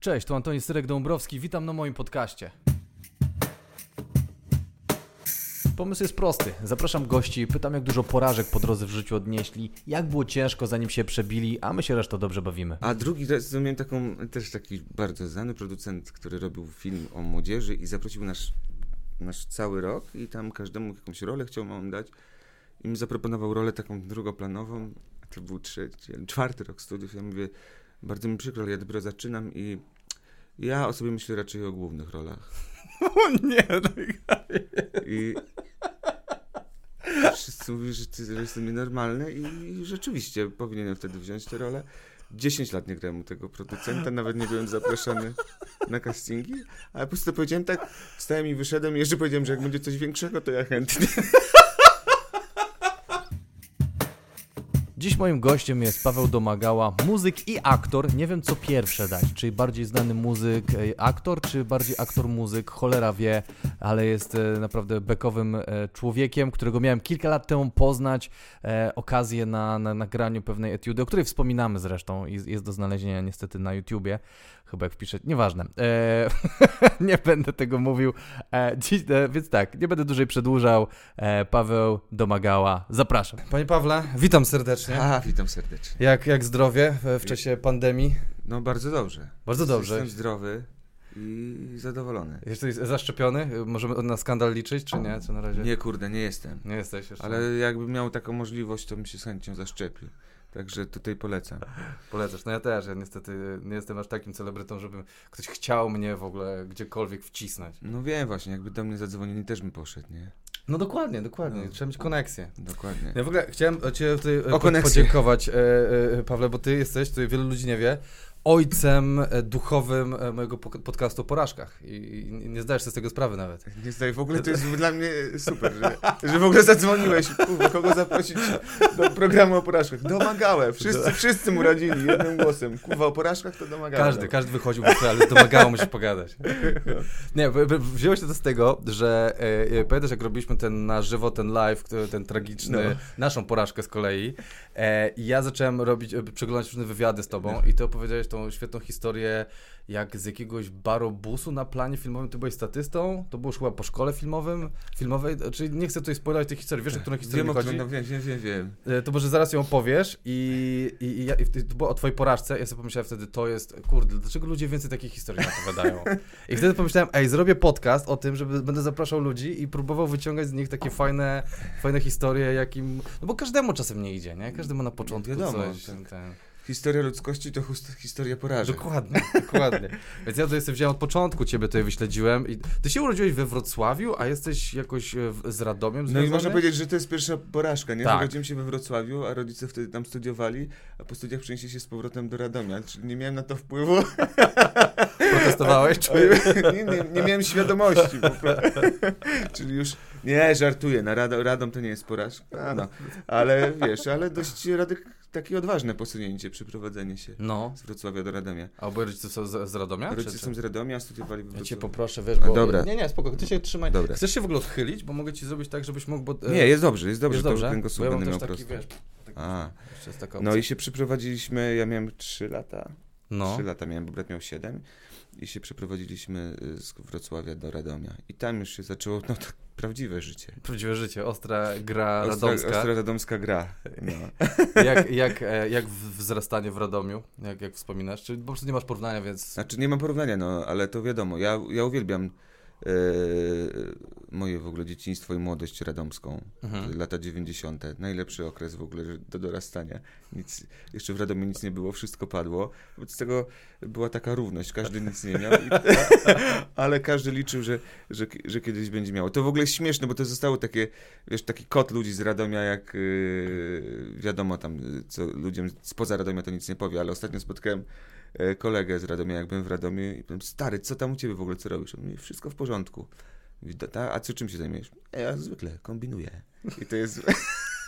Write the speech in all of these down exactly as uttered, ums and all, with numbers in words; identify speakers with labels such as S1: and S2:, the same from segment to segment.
S1: Cześć, tu Antoni Syrek-Dąbrowski, witam na moim podcaście. Pomysł jest prosty. Zapraszam gości, pytam jak dużo porażek po drodze w życiu odnieśli, jak było ciężko zanim się przebili, a my się resztą dobrze bawimy.
S2: A drugi raz miałem taką, też taki bardzo znany producent, który robił film o młodzieży i zaprosił nasz, nasz cały rok i tam każdemu jakąś rolę chciał nam dać i mi zaproponował rolę taką drugoplanową, a to był trzeci, czwarty rok studiów. Ja mówię, bardzo mi przykro, ale ja dopiero zaczynam i ja o sobie myślę raczej o głównych rolach.
S1: O nie, no
S2: I wszyscy mówili, że, ty, że jestem nienormalny i rzeczywiście powinienem wtedy wziąć tę rolę. dziesięć lat nie grałem u tego producenta, nawet nie byłem zaproszony na castingi, ale po prostu powiedziałem tak, wstałem i wyszedłem i jeszcze powiedziałem, że jak będzie coś większego, to ja chętnie.
S1: Dziś moim gościem jest Paweł Domagała, muzyk i aktor. Nie wiem co pierwsze dać, czy bardziej znany muzyk, aktor, czy bardziej aktor-muzyk, cholera wie, ale jest naprawdę bekowym człowiekiem, którego miałem kilka lat temu poznać, e, okazję na, na nagraniu pewnej etiudy, o której wspominamy zresztą i jest do znalezienia niestety na YouTubie, chyba jak wpiszę, nieważne, e, nie będę tego mówił, e, dziś, e, więc tak, nie będę dłużej przedłużał, e, Paweł Domagała, zapraszam. Panie Pawle, witam serdecznie.
S2: A, witam serdecznie.
S1: Jak, jak zdrowie w, w czasie pandemii?
S2: No bardzo dobrze.
S1: Bardzo dobrze.
S2: Jestem zdrowy i zadowolony.
S1: Jesteś zaszczepiony? Możemy na skandal liczyć, czy nie? Co na razie?
S2: Nie, kurde, nie jestem.
S1: Nie jesteś jeszcze.
S2: Ale jakbym miał taką możliwość, to bym się z chęcią zaszczepił. Także tutaj polecam.
S1: Polecasz. No ja też. Ja niestety nie jestem aż takim celebrytą, żeby ktoś chciał mnie w ogóle gdziekolwiek wcisnąć.
S2: No wiem właśnie, jakby do mnie zadzwonili, też bym poszedł, nie?
S1: No dokładnie, dokładnie.
S2: No.
S1: Trzeba mieć koneksję.
S2: Dokładnie.
S1: Ja w ogóle chciałem Cię tutaj
S2: O
S1: po, podziękować, e, e, Pawle, bo Ty jesteś, tutaj wielu ludzi nie wie, ojcem duchowym mojego podcastu o porażkach. I, i nie zdajesz sobie z tego sprawy nawet.
S2: Nie zdaję, w ogóle to jest dla mnie super, że, że w ogóle zadzwoniłeś. Kurwa, kogo zaprosić do programu o porażkach? Domagałem. Wszyscy, wszyscy mu radzili jednym głosem. Kurwa, o porażkach to domagałem.
S1: Każdy, każdy wychodził, ale domagało mu się pogadać. Nie, wzięło się to z tego, że e, pamiętasz jak robiliśmy ten na żywo, ten live, ten tragiczny, no. naszą porażkę z kolei. E, I ja zacząłem robić, przeglądać różne wywiady z tobą no. i ty opowiedziałeś tą świetną historię, jak z jakiegoś barobusu na planie filmowym ty byłeś statystą, to było chyba po szkole filmowym, filmowej, czyli nie chcę tutaj spoilować tej historii, wiesz o którą historię
S2: wiem,
S1: mi chodzi?
S2: No wiem, wiem, wiem, wiem.
S1: To może zaraz ją opowiesz i, i, i, ja, i to było o twojej porażce, ja sobie pomyślałem wtedy, to jest, kurde, dlaczego ludzie więcej takich historii opowiadają? I wtedy pomyślałem, ej, zrobię podcast o tym, żeby będę zapraszał ludzi i próbował wyciągać z nich takie fajne, fajne historie, jakim, no bo każdemu czasem nie idzie, nie? Każdy ma na początku
S2: Wiadomo,
S1: coś.
S2: tak.
S1: Ten...
S2: Historia ludzkości to historia porażek.
S1: Dokładnie, dokładnie. Więc ja tutaj sobie wziąłem od początku, ciebie tutaj wyśledziłem i ty się urodziłeś we Wrocławiu, a jesteś jakoś z Radomiem związany?
S2: No i można powiedzieć, że to jest pierwsza porażka, nie?
S1: Tak.
S2: Urodziłem się we Wrocławiu, a rodzice wtedy tam studiowali, a po studiach przenieśli się z powrotem do Radomia, czyli nie miałem na to wpływu.
S1: Protestowałeś? Czy...
S2: nie, nie, nie miałem świadomości. Po prostu. Czyli już, nie, żartuję, na Radom, Radom to nie jest porażka, a no, ale wiesz, ale dość radyk, takie odważne posunięcie, przeprowadzenie się
S1: no.
S2: z Wrocławia do Radomia.
S1: A oboje rodzice są z, z Radomia?
S2: Rodzice
S1: czy,
S2: są z Radomia, studiowali w Wrocławiu.
S1: Ja cię poproszę, wiesz, bo...
S2: A, dobra.
S1: Nie, nie, spoko, ty się trzymaj.
S2: Dobra.
S1: Chcesz się w ogóle odchylić, bo mogę ci zrobić tak, żebyś mógł... Bo,
S2: nie, jest dobrze, jest dobrze,
S1: jest
S2: to
S1: dobrze?
S2: ten głos będę miał
S1: taki,
S2: prosto.
S1: wiesz, taki,
S2: A.
S1: jest taka
S2: No i się przeprowadziliśmy, ja miałem trzy lata,
S1: no.
S2: trzy lata miałem, bo brat miał siedem i się przeprowadziliśmy z Wrocławia do Radomia i tam już się zaczęło, no tak, prawdziwe życie.
S1: Prawdziwe życie, ostra gra
S2: ostra,
S1: radomska.
S2: Ostra radomska gra. No.
S1: jak, jak, jak wzrastanie w Radomiu? Jak, jak wspominasz? Czy po prostu nie masz porównania, więc...
S2: Znaczy nie mam porównania, no ale to wiadomo, ja, ja uwielbiam e, moje w ogóle dzieciństwo i młodość radomską, mhm. lata dziewięćdziesiąte. Najlepszy okres w ogóle do dorastania. Nic, jeszcze w Radomiu nic nie było, wszystko padło. Wobec tego była taka równość, każdy nic nie miał, i, ale każdy liczył, że, że, że kiedyś będzie miało. To w ogóle jest śmieszne, bo to zostało takie, wiesz, taki kot ludzi z Radomia, jak yy, wiadomo tam, co ludziom spoza Radomia to nic nie powie, ale ostatnio spotkałem yy, kolegę z Radomia, jak byłem w Radomiu i powiem, stary, co tam u ciebie w ogóle, co robisz? On mówi, wszystko w porządku. Mówi, a co czym się zajmujesz? Ja zwykle kombinuję. I to jest...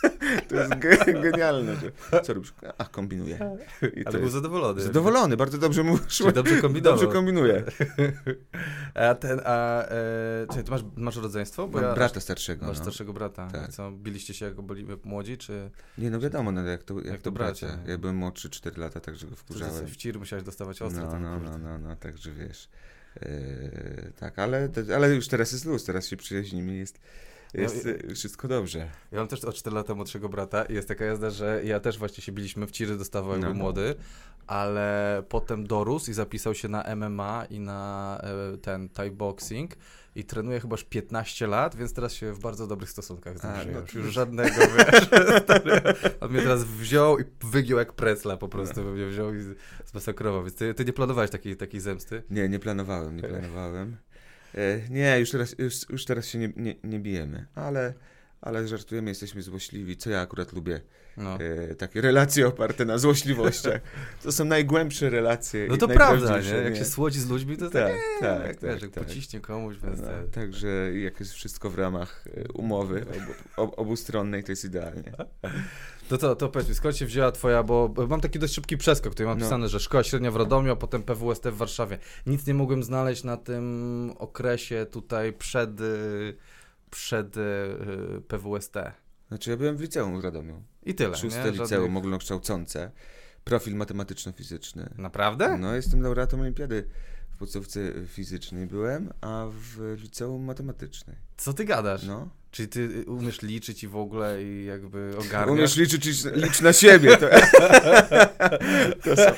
S2: To jest ge- genialne, że co robisz? A, kombinuję. I
S1: Ale
S2: to
S1: był
S2: jest...
S1: zadowolony.
S2: Zadowolony, bardzo dobrze mu szło.
S1: Czyli dobrze kombinował.
S2: Dobrze kombinuje.
S1: A ten, a... E, czyli ty masz, masz rodzeństwo? Bo
S2: Mam
S1: ja,
S2: brata starszego.
S1: Masz
S2: no.
S1: starszego brata.
S2: Tak.
S1: I co, biliście się jako byli młodzi, czy...
S2: Nie, no wiadomo, no, jak to, jak
S1: Jak
S2: to
S1: to
S2: bracia.
S1: bracia.
S2: Ja byłem młodszy cztery lata, także go
S1: Ty
S2: wkurzałem.
S1: w ciry musiałeś dostawać ostro.
S2: No,
S1: tam,
S2: no,
S1: kurde.
S2: no, no, no, także wiesz. Yy, tak, ale, ale już teraz jest luz, teraz się przyjaźnimy, jest, jest
S1: No,
S2: yy, wszystko dobrze.
S1: Ja mam też o cztery lata młodszego brata i jest taka jazda, że ja też właśnie się biliśmy w ciry, dostawał jak
S2: No,
S1: był
S2: no.
S1: młody, ale potem dorósł i zapisał się na M M A i na e, ten Thai boxing i trenuje chyba już piętnaście lat, więc teraz się w bardzo dobrych stosunkach z nim
S2: A,
S1: żyje.
S2: no
S1: Już,
S2: to-
S1: już żadnego, wiesz, stary, on mnie teraz wziął i wygiął jak precla po prostu, no. mnie wziął i zmasakrował, więc ty, ty nie planowałeś takiej, takiej zemsty?
S2: Nie, nie planowałem, nie planowałem. E, nie, już teraz, już, już teraz się nie, nie, nie bijemy, ale, ale żartujemy, jesteśmy złośliwi, co ja akurat lubię.
S1: No.
S2: E, takie relacje oparte na złośliwościach. To są najgłębsze relacje.
S1: No
S2: i
S1: to prawda, nie?
S2: najprawdziwsze,
S1: Jak się słodzi z ludźmi, to
S2: Tak,
S1: tak,
S2: tak,
S1: jak,
S2: tak,
S1: wiesz, jak
S2: tak.
S1: pociśnie komuś, więc
S2: No,
S1: te-
S2: także jak jest wszystko w ramach e, umowy obu, ob, obustronnej, to jest idealnie.
S1: To to, to powiedz mi, skąd się wzięła twoja, bo bo mam taki dość szybki przeskok, tutaj mam
S2: No.
S1: pisane, że szkoła średnia w Radomiu, a potem P W S T w Warszawie. Nic nie mogłem znaleźć na tym okresie tutaj przed, y, przed y, P W S T.
S2: Znaczy ja byłem w liceum w Radomiu.
S1: I tyle,
S2: Szóste
S1: nie?
S2: liceum
S1: Żadnych...
S2: ogólnokształcące. Profil matematyczno-fizyczny.
S1: Naprawdę?
S2: No, jestem laureatem olimpiady w podstawówce fizycznej byłem, a w liceum matematycznej.
S1: Co ty gadasz?
S2: No.
S1: Czyli ty umiesz liczyć i w ogóle i jakby ogarniasz?
S2: Umiesz liczyć, licz, licz na siebie. To, to są.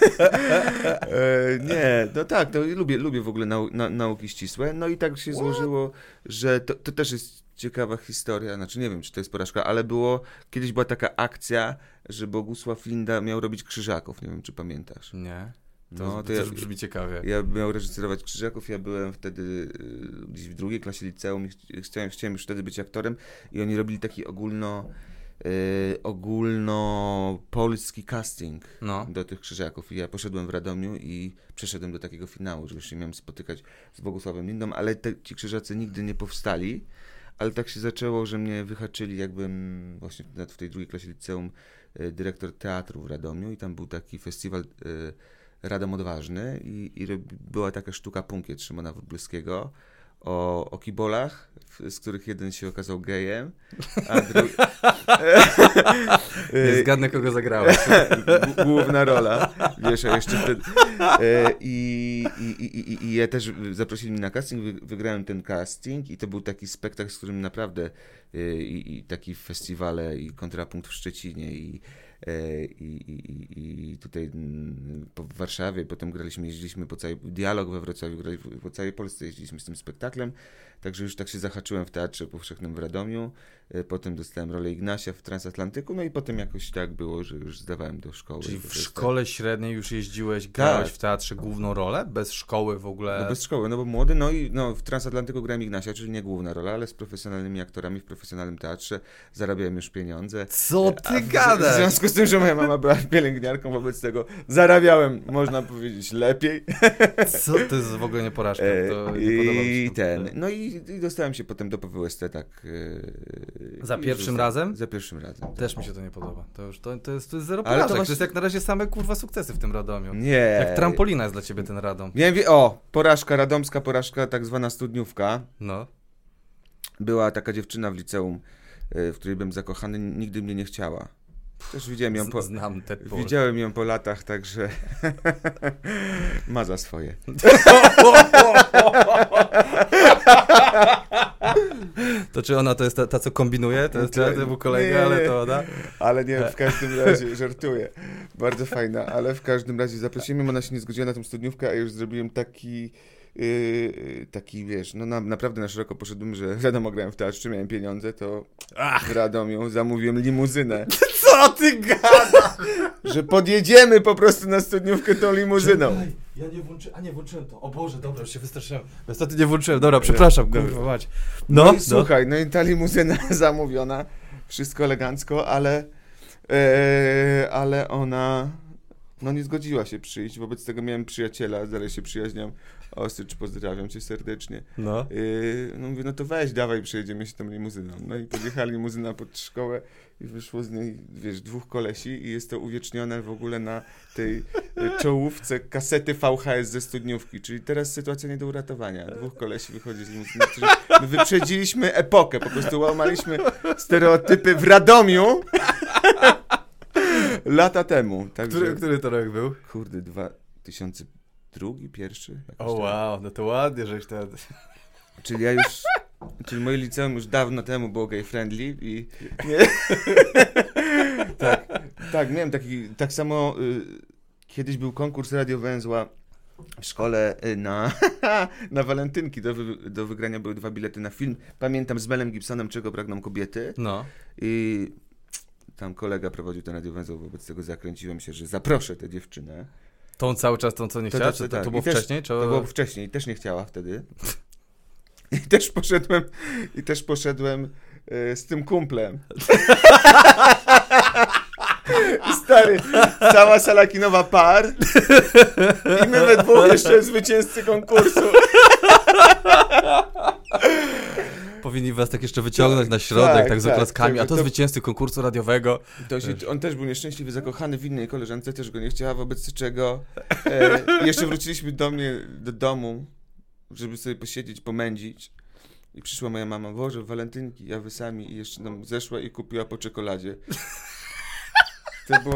S2: E, nie, no tak, no, lubię, lubię w ogóle nau, na, nauki ścisłe. No i tak się złożyło, że to, to też jest ciekawa historia, znaczy nie wiem, czy to jest porażka, ale było, kiedyś była taka akcja, że Bogusław Linda miał robić Krzyżaków, nie wiem, czy pamiętasz.
S1: Nie. To,
S2: No,
S1: to
S2: to
S1: też
S2: ja-
S1: brzmi ciekawie.
S2: Ja miał reżyserować Krzyżaków, ja byłem wtedy y, gdzieś w drugiej klasie liceum i ch- chciałem, chciałem już wtedy być aktorem i oni robili taki ogólno y, ogólnopolski casting
S1: No.
S2: do tych Krzyżaków i ja poszedłem w Radomiu i przeszedłem do takiego finału, że już się miałem spotykać z Bogusławem Lindą, ale te, ci Krzyżacy nigdy nie powstali, ale tak się zaczęło, że mnie wyhaczyli, jakbym właśnie w- w tej drugiej klasie liceum y, dyrektor teatru w Radomiu i tam był taki festiwal y, Radom Odważny i, i robi- była taka sztuka Punkiet Szymona Wróblewskiego o, o kibolach, w- z których jeden się okazał gejem, a drugi...
S1: Nie zgadnę, kogo zagrałeś.
S2: G- główna rola, wiesz, a jeszcze wtedy... E, I, i, i, i, I ja też zaprosili mnie na casting, wy- wygrałem ten casting i to był taki spektakl, z którym naprawdę e, i, i taki festiwale i kontrapunkt w Szczecinie i E, I, i, i, i tutaj mm, po w Warszawie, potem graliśmy, jeździliśmy po całej, dialog we Wrocławiu, graliśmy po całej Polsce, jeździliśmy z tym spektaklem, także już tak się zahaczyłem w Teatrze Powszechnym w Radomiu, e, potem dostałem rolę Ignasia w Transatlantyku, no i potem jakoś tak było, że już zdawałem do szkoły.
S1: Czyli
S2: To
S1: w
S2: jest
S1: szkole średniej już jeździłeś, grałeś
S2: Tak.
S1: w teatrze główną rolę? Bez szkoły w ogóle?
S2: No bez szkoły, no bo młody, no i no, w Transatlantyku grałem Ignasia, czyli nie główna rola, ale z profesjonalnymi aktorami w profesjonalnym teatrze, zarabiałem już pieniądze.
S1: Co
S2: A
S1: ty
S2: w, w
S1: gadasz?
S2: związku z tym, że moja mama była pielęgniarką, wobec tego zarabiałem, można powiedzieć, lepiej.
S1: Co to jest w ogóle nie porażka? To nie
S2: I
S1: podoba mi się to.
S2: ten, no i, i dostałem się potem do P W S T, tak. e,
S1: Za
S2: i
S1: pierwszym
S2: zostałem-
S1: razem?
S2: Za pierwszym razem. tak.
S1: Też mi się to nie podoba. To już to, to, jest, to jest zero
S2: Ale to
S1: porażek. To,
S2: właśnie-
S1: jest jak na razie same kurwa sukcesy w tym Radomiu.
S2: Nie.
S1: Jak trampolina jest dla ciebie ten Radom.
S2: Miałem, wie- o, porażka, radomska porażka, tak zwana studniówka.
S1: No.
S2: Była taka dziewczyna w liceum, e, w której byłem zakochany, nigdy mnie nie chciała. Też widziałem ją po,
S1: Z, znam Deadpool.
S2: widziałem ją po latach, także ma za swoje.
S1: To czy ona to jest ta, ta co kombinuje? To jest
S2: To-
S1: ten był kolega,
S2: nie.
S1: ale to ona?
S2: Ale nie, w każdym razie, żartuję. Bardzo fajna, ale w każdym razie zaprosiłem ją, ona się nie zgodziła na tą studniówkę, a już zrobiłem taki, yy, taki wiesz, no na, naprawdę na szeroko poszedłem, że wiadomo, grałem w teatrze, miałem pieniądze, to
S1: Ach.
S2: w Radomiu zamówiłem limuzynę,
S1: Co ty gadasz?
S2: że podjedziemy po prostu na studniówkę tą limuzyną.
S1: Czekaj, ja nie włączyłem, a nie włączyłem to. O Boże, dobra, już się wystraszyłem. Niestety nie włączyłem, dobra, przepraszam,
S2: Dobra.
S1: kurwa mać.
S2: No,
S1: No,
S2: i słuchaj, no i ta limuzyna zamówiona, wszystko elegancko, ale, e, ale ona no nie zgodziła się przyjść, wobec tego miałem przyjaciela, dalej się przyjaźniam, Osycz, pozdrawiam cię serdecznie.
S1: No.
S2: Yy, no mówię, no to weź, dawaj, przejedziemy się tą limuzyną. No i podjechali limuzyna pod szkołę i wyszło z niej, wiesz, dwóch kolesi i jest to uwiecznione w ogóle na tej y, czołówce kasety V H S ze studniówki, czyli teraz sytuacja nie do uratowania. Dwóch kolesi wychodzi z limuzyny, którzy my wyprzedziliśmy epokę, po prostu łamaliśmy stereotypy w Radomiu lata temu. Także,
S1: Który, który to rok był?
S2: Kurde, dwa tysiące drugi, pierwszy?
S1: O oh, wow, no to ładnie, żeś ten...
S2: Czyli ja już, czyli moje liceum już dawno temu było gay friendly i nie, tak, tak, miałem taki, tak samo y, kiedyś był konkurs Radio Węzła w szkole y, na, na walentynki, do, wy, do wygrania były dwa bilety na film, pamiętam z Melem Gibsonem, Czego pragną kobiety.
S1: No.
S2: I tam kolega prowadził ten Radio Węzeł, wobec tego zakręciłem się, że zaproszę tę dziewczynę.
S1: Tą cały czas, tą co nie chciała?
S2: To,
S1: Czy to,
S2: tak.
S1: to było
S2: I też,
S1: wcześniej? Czy...
S2: To było wcześniej, też nie chciała wtedy. I też poszedłem, i też poszedłem y, z tym kumplem. Stary, cała sala kinowa par i my we dwóch jeszcze zwycięzcy konkursu.
S1: Powinni was tak jeszcze wyciągnąć na środek, tak, tak z oklaskami, tak, a to, to zwycięzcy konkursu radiowego.
S2: To się, on też był nieszczęśliwy, zakochany w innej koleżance, też go nie chciała, wobec czego e, jeszcze wróciliśmy do mnie, do domu, żeby sobie posiedzieć, pomędzić. I przyszła moja mama, Boże, walentynki, ja wy sami, i jeszcze nam zeszła i kupiła po czekoladzie. To było...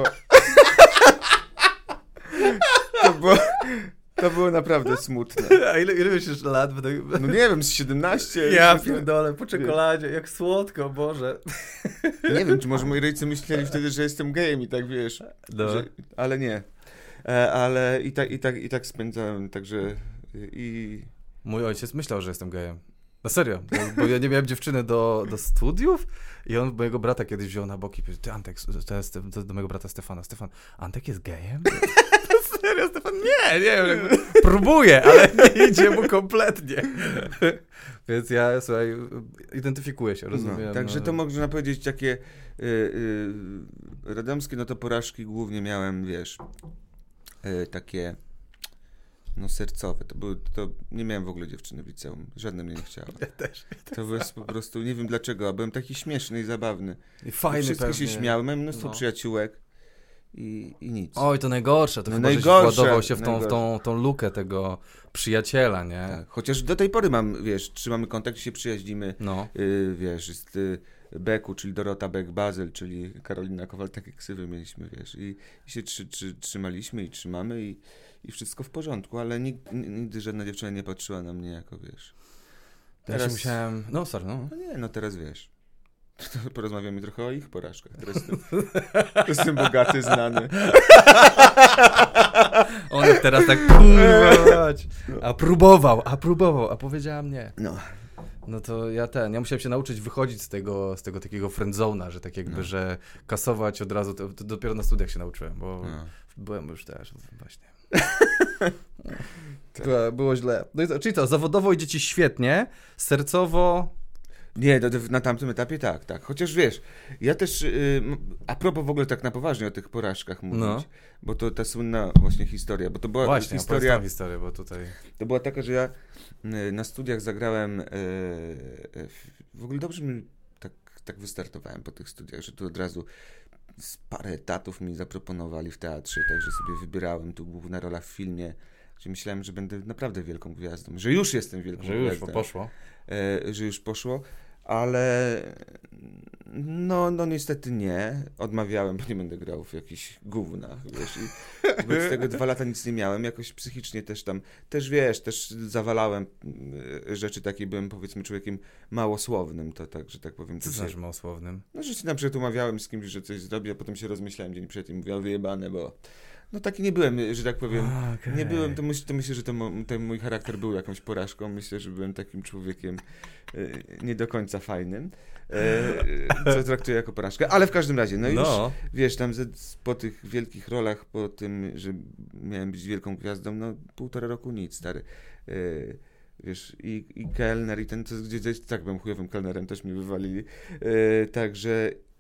S2: to było... To było naprawdę smutne.
S1: A ile, ile myślisz lat?
S2: No nie wiem, z siedemnaście.
S1: Ja pierdolę, po czekoladzie, jak słodko, Boże.
S2: Nie wiem, czy może moi rodzice myśleli wtedy, że jestem gejem i tak wiesz,
S1: no.
S2: że, ale nie. E, ale i tak, i, tak, i tak spędzałem, także i...
S1: Mój ojciec myślał, że jestem gejem. Na serio, bo ja nie miałem dziewczyny do, do studiów i on mojego brata kiedyś wziął na boki i powiedział, ty Antek, to jest to do mojego brata Stefana, Stefan, Antek jest gejem? Serio, Stefan? Nie, nie, próbuję, ale nie idzie mu kompletnie. Więc ja, słuchaj, identyfikuję się, rozumiem.
S2: No, także to można powiedzieć takie y, y, radomskie, no to porażki głównie miałem, wiesz, y, takie no sercowe. To były, to nie miałem w ogóle dziewczyny w liceum. Żadna mnie nie chciała.
S1: Ja też. Ja
S2: to było po prostu, nie wiem dlaczego, a byłem taki śmieszny i zabawny.
S1: I fajny.
S2: Wszystkie
S1: pewnie.
S2: się śmiały, miałem mnóstwo
S1: no.
S2: przyjaciółek. I, i nic.
S1: Oj, to najgorsze. To
S2: no
S1: chyba,
S2: najgorsze,
S1: żeś władował się w tą, w tą, tą lukę tego przyjaciela, nie?
S2: Tak. Chociaż do tej pory mam, wiesz, trzymamy kontakt, się przyjaźnimy.
S1: No.
S2: Yy, wiesz, jest y, Beku, czyli Dorota Beck-Bazel, czyli Karolina Kowal, takie ksywy mieliśmy, wiesz. I, i się trzy, trzy, trzymaliśmy i trzymamy i, i wszystko w porządku, ale nigdy, nigdy żadna dziewczyna nie patrzyła na mnie jako, wiesz.
S1: Teraz ja się musiałem... No, sorry, no.
S2: No nie, no teraz wiesz. To porozmawiamy trochę o ich porażkach. Teraz jestem, jestem bogaty, znany.
S1: On teraz tak próbować. A próbował, a próbował, a powiedziałam nie.
S2: No.
S1: No to ja ten, ja musiałem się nauczyć wychodzić z tego, z tego takiego friendzona, że tak jakby, no. że kasować od razu, to, to dopiero na studiach się nauczyłem, bo no. byłem już też właśnie. Było, było źle. No i to, czyli to, zawodowo idzie ci świetnie, sercowo...
S2: Nie, do, do, na tamtym etapie tak, tak. Chociaż wiesz, ja też, yy, a propos w ogóle tak na poważnie o tych porażkach mówić, no. bo to ta słynna właśnie historia, bo to była
S1: właśnie,
S2: historia...
S1: historię, bo tutaj...
S2: To była taka, że ja yy, na studiach zagrałem, yy, yy, w ogóle dobrze mi tak, tak wystartowałem po tych studiach, że tu od razu z parę etatów mi zaproponowali w teatrze, także sobie wybierałem, tu główna rola w filmie, gdzie myślałem, że będę naprawdę wielką gwiazdą, że już jestem wielką
S1: że
S2: gwiazdą.
S1: Że już poszło.
S2: Yy, że już poszło. Ale no, no niestety nie. Odmawiałem, bo nie będę grał w jakichś gównach, wiesz. I wobec tego dwa lata nic nie miałem. Jakoś psychicznie też tam, też wiesz, też zawalałem rzeczy takie, byłem powiedzmy człowiekiem małosłownym, to tak, że tak powiem.
S1: Co znaczy małosłownym?
S2: No, że się na przykład umawiałem z kimś, że coś zrobię, a potem się rozmyślałem dzień przed i mówiłem, wyjebane, bo no taki nie byłem, że tak powiem, okay. nie byłem, to, myśl, to myślę, że to mo, ten mój charakter był jakąś porażką, myślę, że byłem takim człowiekiem e, nie do końca fajnym, e, co traktuję jako porażkę, ale w każdym razie, no, no. już, wiesz, tam z, po tych wielkich rolach, po tym, że miałem być wielką gwiazdą, no półtora roku nic, stary, e, wiesz, i, i kelner, i ten, to gdzieś tak byłem chujowym kelnerem, też mnie wywalili, e, także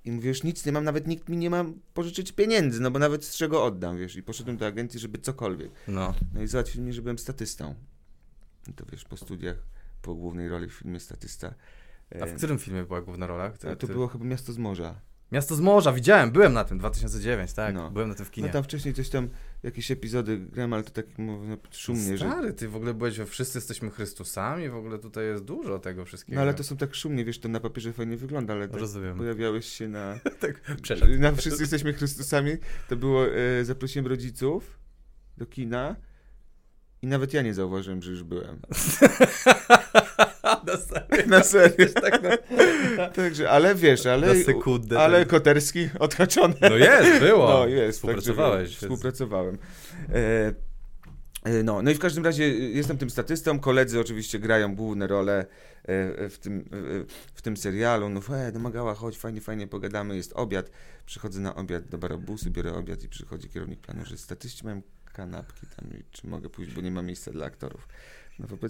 S2: I mówię, już nic nie mam, nawet nikt mi nie ma pożyczyć pieniędzy, no bo nawet z czego oddam, wiesz. I poszedłem do agencji, żeby cokolwiek.
S1: No.
S2: No i załatwili mnie, że byłem statystą. I to wiesz, po studiach, po głównej roli w filmie Statysta.
S1: A w którym filmie była główna rola? Ty,
S2: A to
S1: ty...
S2: było chyba Miasto z Morza.
S1: Miasto z Morza, widziałem, byłem na tym, dwa tysiące dziewiąty, tak,
S2: No.
S1: byłem na tym w kinie.
S2: No tam wcześniej coś tam, jakieś epizody grałem, ale to tak no, szumnie, że...
S1: Stary, ty w ogóle byłeś we Wszyscy jesteśmy Chrystusami, w ogóle tutaj jest dużo tego wszystkiego.
S2: No ale to są tak szumnie, wiesz, to na papierze fajnie wygląda, ale tak
S1: Rozumiem.
S2: pojawiałeś się na...
S1: tak, przeszedł.
S2: Na Wszyscy jesteśmy Chrystusami, to było, e, zaprosiłem rodziców do kina i nawet ja nie zauważyłem, że już byłem.
S1: Na serio?
S2: Na serio.
S1: tak na...
S2: Także, ale wiesz, ale...
S1: Na sekundę.
S2: Ale
S1: tak.
S2: Koterski odhaczony.
S1: No jest, było.
S2: No jest.
S1: Współpracowałeś.
S2: Także, współpracowałem. E, e, no, no i w każdym razie jestem tym statystą, koledzy oczywiście grają główne role e, w, tym, e, w tym serialu. No e, domagała, chodź, fajnie, fajnie pogadamy, jest obiad. Przychodzę na obiad do Barabusu, biorę obiad i przychodzi kierownik planu, że statyści mają kanapki tam i czy mogę pójść, bo nie ma miejsca dla aktorów. No wobec...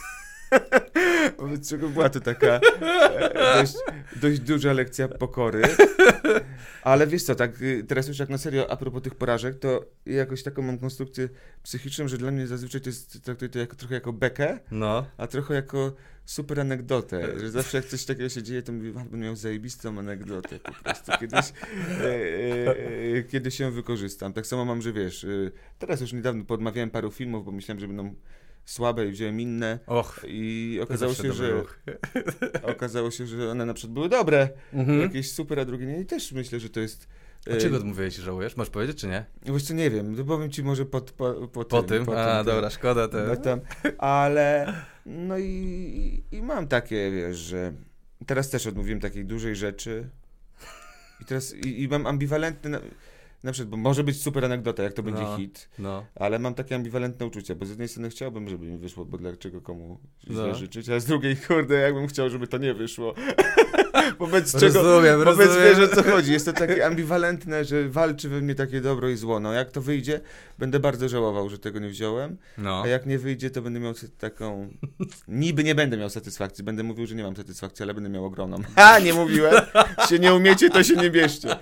S2: Wobec czego była to taka e, dość, dość duża lekcja pokory. Ale wiesz co, tak teraz już jak na serio, a propos tych porażek, to jakoś taką mam konstrukcję psychiczną, że dla mnie zazwyczaj to jest, traktuję to jako, trochę jako bekę,
S1: no.
S2: a trochę jako super anegdotę, że zawsze jak coś takiego się dzieje, to mówię, bym miał zajebistą anegdotę po prostu, kiedyś, e, e, e, kiedy się wykorzystam. Tak samo mam, że wiesz, e, teraz już niedawno podmawiałem paru filmów, bo myślałem, że będą słabe i wziąłem inne.
S1: Och,
S2: i okazało się, że
S1: ruch.
S2: okazało się, że one na przykład były dobre,
S1: Mhm.
S2: jakieś super, a drugie nie. I też myślę, że to jest...
S1: A czego odmówiłeś, żałujesz? Możesz powiedzieć, czy nie?
S2: Wiesz co, nie wiem, no powiem ci może po, po, po,
S1: Po
S2: tym.
S1: tym?
S2: Po
S1: A,
S2: tym,
S1: dobra, szkoda. To...
S2: no tam, ale no i, i mam takie, wiesz, że teraz też odmówiłem takiej dużej rzeczy i teraz i, i mam ambiwalentny... Na, na przykład, bo może być super anegdota, jak to będzie
S1: no,
S2: hit,
S1: no.
S2: ale mam takie ambiwalentne uczucia, bo z jednej strony chciałbym, żeby mi wyszło, bo dlaczego komu źle
S1: No.
S2: życzyć, a z drugiej, kurde, jakbym chciał, żeby to nie wyszło. Wobec czego,
S1: Rozumiem,
S2: wobec
S1: rozumiem.
S2: wiesz, o co chodzi. Jest to takie ambiwalentne, że walczy we mnie takie dobro i zło. No, jak to wyjdzie, będę bardzo żałował, że tego nie wziąłem,
S1: No.
S2: a jak nie wyjdzie, to będę miał taką... Niby nie będę miał satysfakcji, będę mówił, że nie mam satysfakcji, ale będę miał ogromną. Ha, nie mówiłem! Się nie umiecie, to się nie bierzcie.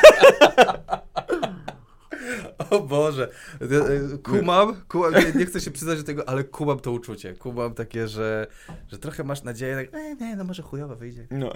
S1: O Boże, kumam, kumam nie, nie chcę się przyznać do tego, ale kumam to uczucie. Kumam takie, że, że trochę masz nadzieję, tak, e, nie, no może chujowo wyjdzie.
S2: No.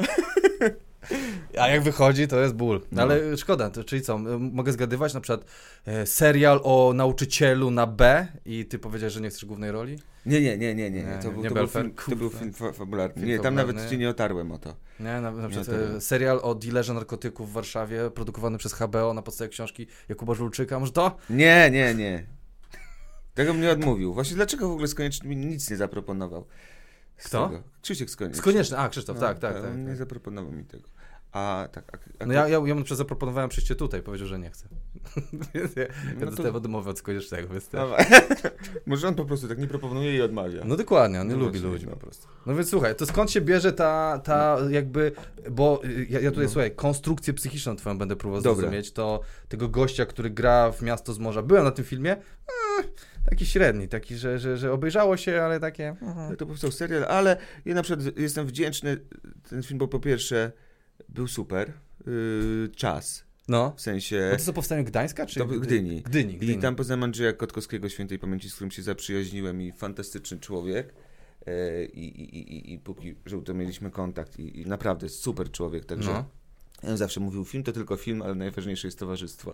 S1: A jak wychodzi, to jest ból.
S2: No.
S1: Ale szkoda, to, czyli co, mogę zgadywać na przykład e, serial o nauczycielu na B i ty powiedziałeś, że nie chcesz głównej roli?
S2: Nie, nie, nie, nie, nie.
S1: Nie,
S2: To,
S1: nie,
S2: był,
S1: nie
S2: to, był
S1: Belfer?
S2: film, to był film fa- fabularny.
S1: Film
S2: Nie, tam
S1: fabularny.
S2: nawet się nie otarłem o to.
S1: Nie, na, na przykład
S2: Nie, to-
S1: e, serial o dealerze narkotyków w Warszawie, produkowany przez H B O na podstawie książki Jakuba Żulczyka, może to?
S2: Nie, nie, nie. Tego mnie odmówił. Właśnie dlaczego w ogóle z Koniecznym mi nic nie zaproponował? Z
S1: Kto?
S2: tego. Krzysiek z Koniecznym.
S1: Z Konieczny, a Krzysztof,
S2: No,
S1: tak, tak,
S2: a
S1: tak.
S2: On nie
S1: tak.
S2: zaproponował mi tego. A tak. A, a,
S1: No ja, ja, ja mu przecież zaproponowałem przyjście tutaj, powiedział, że nie chce. Więc ja ja
S2: No to-
S1: dostałem odmowę od Koniecznego, więc też.
S2: Dobra. Może on po prostu tak nie proponuje i odmawia.
S1: No dokładnie, on nie
S2: No
S1: lubi
S2: właśnie,
S1: ludzi
S2: no.
S1: po prostu. No więc słuchaj, to skąd się bierze ta, ta jakby, bo y, ja, ja tutaj
S2: No.
S1: słuchaj, konstrukcję psychiczną twoją będę próbował
S2: Dobra.
S1: zrozumieć, to tego gościa, który gra w Miasto z Morza, byłem na tym filmie, eh, taki średni, taki, że, że, że obejrzało się, ale takie... mhm.
S2: To powstał serial, ale ja na przykład jestem wdzięczny, ten film, bo po pierwsze był super, yy, czas,
S1: No.
S2: w sensie...
S1: No to co, powstanie Gdańska, czy...
S2: To był Gdyni.
S1: Gdyni,
S2: I
S1: Gdyni.
S2: tam poznałem Andrzeja Kotkowskiego, świętej pamięci, z którym się zaprzyjaźniłem i fantastyczny człowiek. E, i, i, i, I póki żył, to mieliśmy kontakt i, i naprawdę super człowiek, także
S1: No.
S2: ja on zawsze mówił, film to tylko film, ale najważniejsze jest towarzystwo.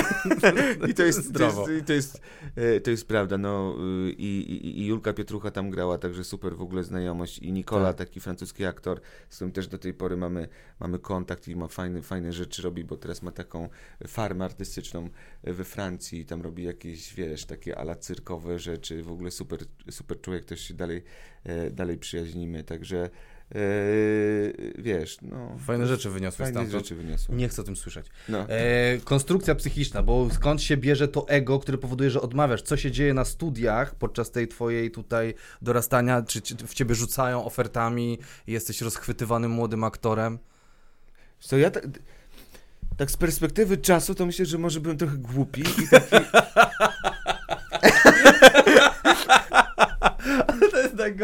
S2: I to jest, to
S1: Zdrowo.
S2: jest, to jest, e, to jest prawda, no y, i, i, i Julka Pietrucha tam grała, także super w ogóle znajomość i Nicola,
S1: Tak.
S2: taki francuski aktor, z którym też do tej pory mamy, mamy kontakt i ma fajne, fajne rzeczy robi, bo teraz ma taką farmę artystyczną we Francji i tam robi jakieś, wiesz, takie ala cyrkowe rzeczy, w ogóle super, super człowiek, też się dalej, e, dalej przyjaźnimy, także e, wiesz, no...
S1: Fajne rzeczy wyniosłeś
S2: Fajne
S1: stamtąd.
S2: rzeczy wyniosłem.
S1: Nie chcę o tym słyszeć.
S2: No.
S1: E, konstrukcja psychiczna, bo skąd się bierze to ego, które powoduje, że odmawiasz? Co się dzieje na studiach podczas tej twojej tutaj dorastania? Czy, czy w ciebie rzucają ofertami i jesteś rozchwytywanym młodym aktorem?
S2: Co ja tak, tak z perspektywy czasu to myślę, że może byłem trochę głupi i taki...
S1: To jest najgorsze.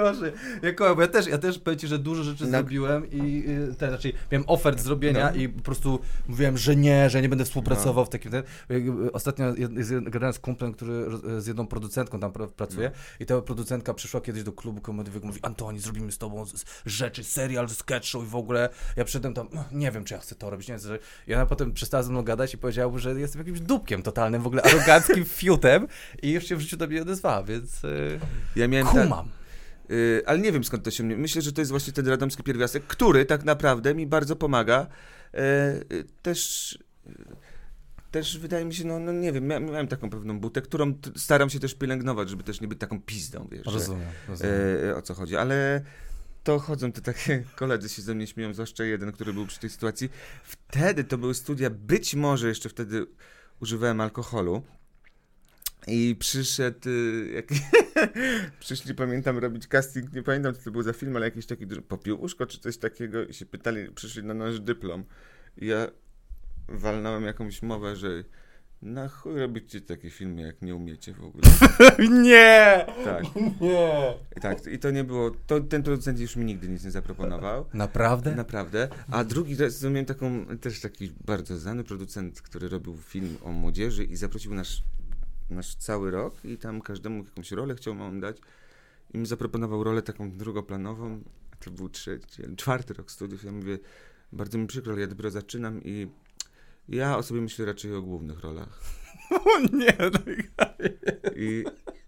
S1: Najgorszy. Ja, ja też, ja też powiem ci, że dużo rzeczy Na... zrobiłem i y, te, znaczy miałem ofert zrobienia no. i po prostu mówiłem, że nie, że nie będę współpracował no. w takim... Ten, ostatnio gadałem z kumplem, który z jedną producentką tam pracuje no. i ta producentka przyszła kiedyś do klubu komediowego i mówi, Antoni, zrobimy z tobą rzeczy, serial, sketch show i w ogóle. Ja przyszedłem tam, no, nie wiem, czy ja chcę to robić, nie wiem, że... I ona potem przestała ze mną gadać i powiedziała, że jestem jakimś dupkiem totalnym, w ogóle aroganckim fiutem i już się w życiu do mnie odezwała, więc yy,
S2: ja miałem
S1: kumam.
S2: Ta, yy, ale nie wiem, skąd to się mnie... Myślę, że to jest właśnie ten radomski pierwiastek, który tak naprawdę mi bardzo pomaga. Yy, też... Yy, Też wydaje mi się, no, no nie wiem, miałem, miałem taką pewną butę, którą t- staram się też pielęgnować, żeby też nie być taką pizdą, wiesz,
S1: rozumiem,
S2: że,
S1: rozumiem.
S2: E, o co chodzi, ale to chodzą te takie, koledzy się ze mnie śmieją, zwłaszcza jeden, który był przy tej sytuacji. Wtedy to były studia, być może jeszcze wtedy używałem alkoholu i przyszedł, jak, przyszli, pamiętam, robić casting, nie pamiętam, co to był za film, ale jakiś taki, Popiłuszko czy coś takiego i się pytali, przyszli na nasz dyplom i ja walnąłem jakąś mowę, że na chuj robicie takie filmy, jak nie umiecie w ogóle.
S1: Nie!
S2: Tak.
S1: Nie!
S2: I tak, i to nie było, to, ten producent już mi nigdy nic nie zaproponował.
S1: Naprawdę?
S2: Naprawdę. A drugi raz miałem taką, też taki bardzo znany producent, który robił film o młodzieży i zaprosił nasz, nasz cały rok i tam każdemu jakąś rolę chciał nam dać i mi zaproponował rolę taką drugoplanową, a to był trzeci, czwarty rok studiów. Ja mówię, bardzo mi przykro, ale ja dopiero zaczynam i ja o sobie myślę raczej o głównych rolach.
S1: O nie!
S2: I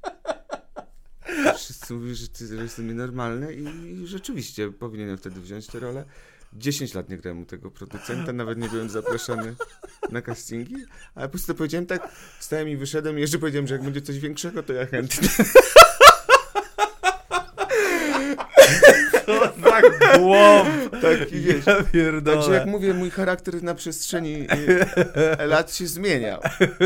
S2: wszyscy mówili, że, ty, że jestem nienormalny i rzeczywiście powinienem wtedy wziąć tę rolę. dziesięć lat nie grałem u tego producenta, nawet nie byłem zaproszony na castingi, ale po prostu powiedziałem tak, wstałem i wyszedłem i jeszcze powiedziałem, że jak będzie coś większego, to ja chętnie.
S1: To za głąb!
S2: Taki, wiesz,
S1: ja pierdolę.
S2: Także jak mówię, mój charakter na przestrzeni lat się zmieniał.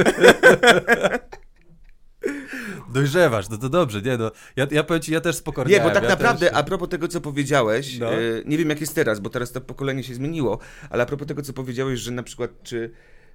S1: Dojrzewasz, no to dobrze, nie no. Ja, ja powiem ci, ja też spokojnie.
S2: Nie, bo tak
S1: ja
S2: naprawdę,
S1: też...
S2: a propos tego, co powiedziałeś,
S1: no.
S2: y, nie wiem jak jest teraz, bo teraz to pokolenie się zmieniło, ale a propos tego, co powiedziałeś, że na przykład, czy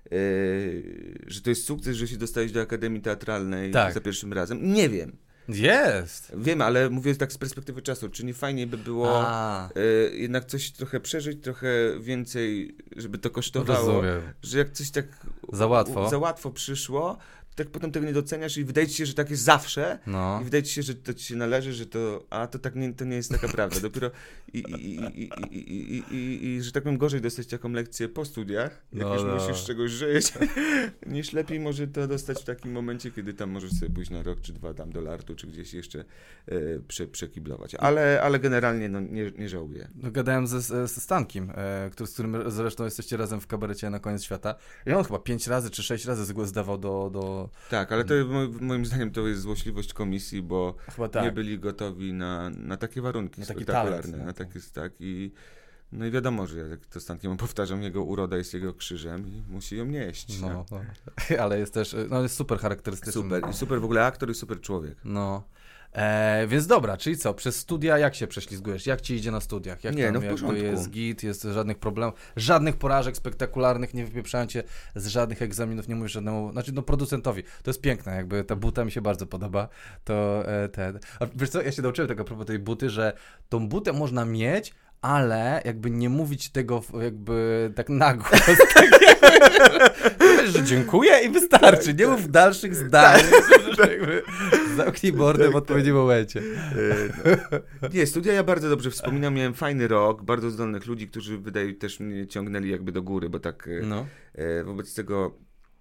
S2: y, że to jest sukces, że się dostałeś do Akademii Teatralnej
S1: tak.
S2: za pierwszym razem, nie wiem.
S1: Jest!
S2: Wiem, ale mówię tak z perspektywy czasu, czy nie fajniej by było y, jednak coś trochę przeżyć, trochę więcej, żeby to kosztowało,
S1: rozumiem.
S2: Że jak coś tak
S1: za łatwo,
S2: u, za łatwo przyszło, tak potem tego nie doceniasz i wydaje ci się, że tak jest zawsze
S1: no.
S2: i wydaje ci się, że to ci się należy, że to, a to tak nie, to nie jest taka prawda. Dopiero i, i, i, i, i, i, i, i że tak powiem, gorzej dostać taką lekcję po studiach, jak
S1: no,
S2: już
S1: no.
S2: musisz z czegoś żyć, niż lepiej może to dostać w takim momencie, kiedy tam możesz sobie pójść na rok czy dwa tam do lartu, czy gdzieś jeszcze e, prze, przekiblować. Ale, ale generalnie no, nie, nie żałuję.
S1: No, gadałem ze, ze Stankiem, e, który, z którym zresztą jesteście razem w kabarecie Na koniec świata i on chyba pięć razy czy sześć razy zdawał do... do...
S2: Tak, ale to moim zdaniem to jest złośliwość komisji, bo
S1: tak.
S2: nie byli gotowi na, na takie warunki
S1: na taki
S2: spektakularne,
S1: talent,
S2: na takie, tak i no i wiadomo, że jak to Stankiemu powtarzam, jego uroda jest jego krzyżem i musi ją nieść.
S1: No, no. Ale jest też, no jest super charakterystyczny.
S2: Super, i super w ogóle aktor i super człowiek.
S1: No. E, więc dobra, czyli co, przez studia jak się prześlizgujesz? Jak ci idzie na studiach? Jak
S2: nie,
S1: tam
S2: no w
S1: jakby
S2: porządku.
S1: jest git, jest żadnych problemów, żadnych porażek spektakularnych, nie wypieprzają cię z żadnych egzaminów, nie mówisz żadnemu, znaczy no producentowi, to jest piękne, jakby ta buta mi się bardzo podoba, to e, ten, a wiesz co, ja się nauczyłem tego a propos tej buty, że tą butę można mieć, ale jakby nie mówić tego jakby tak na głos, tak jakby, że dziękuję i wystarczy, nie mów dalszych zdań, jakby zamknij mordę w odpowiednim momencie.
S2: No. Nie, studia ja bardzo dobrze wspominam, miałem fajny rok, bardzo zdolnych ludzi, którzy wydaje też mnie ciągnęli jakby do góry, bo tak no. wobec tego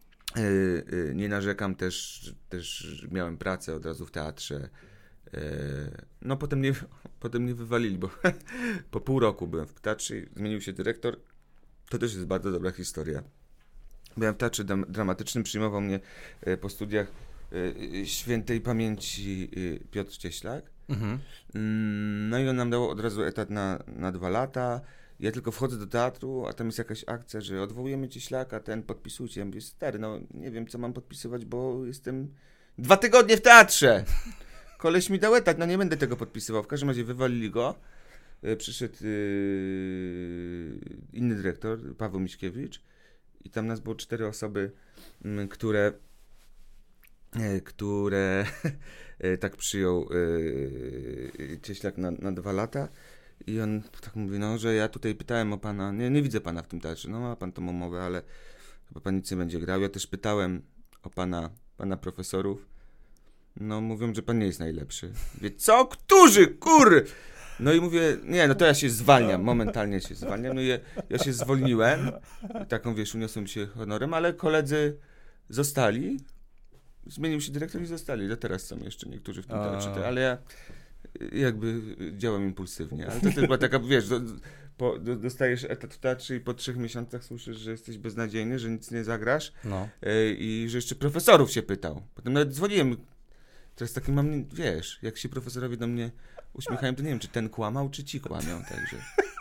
S2: nie narzekam, też, też miałem pracę od razu w teatrze. No potem mnie, potem mnie wywalili, bo po pół roku byłem w teatrze, zmienił się dyrektor. To też jest bardzo dobra historia. Byłem w teatrze dramatycznym, przyjmował mnie po studiach świętej pamięci Piotr Cieślak. Mhm. No i on nam dał od razu etat na, na dwa lata. Ja tylko wchodzę do teatru, a tam jest jakaś akcja, że odwołujemy Cieślaka, ten podpisujcie. Ja mówię, stary, no nie wiem co mam podpisywać, bo jestem dwa tygodnie w teatrze. Koleś mi dał etat, no nie będę tego podpisywał. W każdym razie wywalili go. Przyszedł yy, inny dyrektor, Paweł Miśkiewicz i tam nas było cztery osoby, które które tak przyjął Cieślak na, na dwa lata i on tak mówi, no, że ja tutaj pytałem o pana, nie, nie widzę pana w tym teatrze, no ma pan tą umowę, ale chyba pan nic nie będzie grał. Ja też pytałem o pana, pana profesorów, no mówią, że pan nie jest najlepszy. Mówię, co? Którzy? Kur! No i mówię, nie, no to ja się zwalniam, momentalnie się zwalniam, no i ja, ja się zwolniłem, taką, wiesz, uniosłem się honorem, ale koledzy zostali, zmienił się dyrektor i zostali, do teraz są jeszcze niektórzy w tym teatrze, ale ja jakby działam impulsywnie, ale to też była taka, wiesz, do, po, do, dostajesz etat w teatrze i po trzech miesiącach słyszysz, że jesteś beznadziejny, że nic nie zagrasz
S1: no.
S2: y, i że jeszcze profesorów się pytał. Potem nawet dzwoniłem, teraz taki mam, wiesz, jak się profesorowie do mnie uśmiechają, to nie wiem, czy ten kłamał, czy ci kłamią, także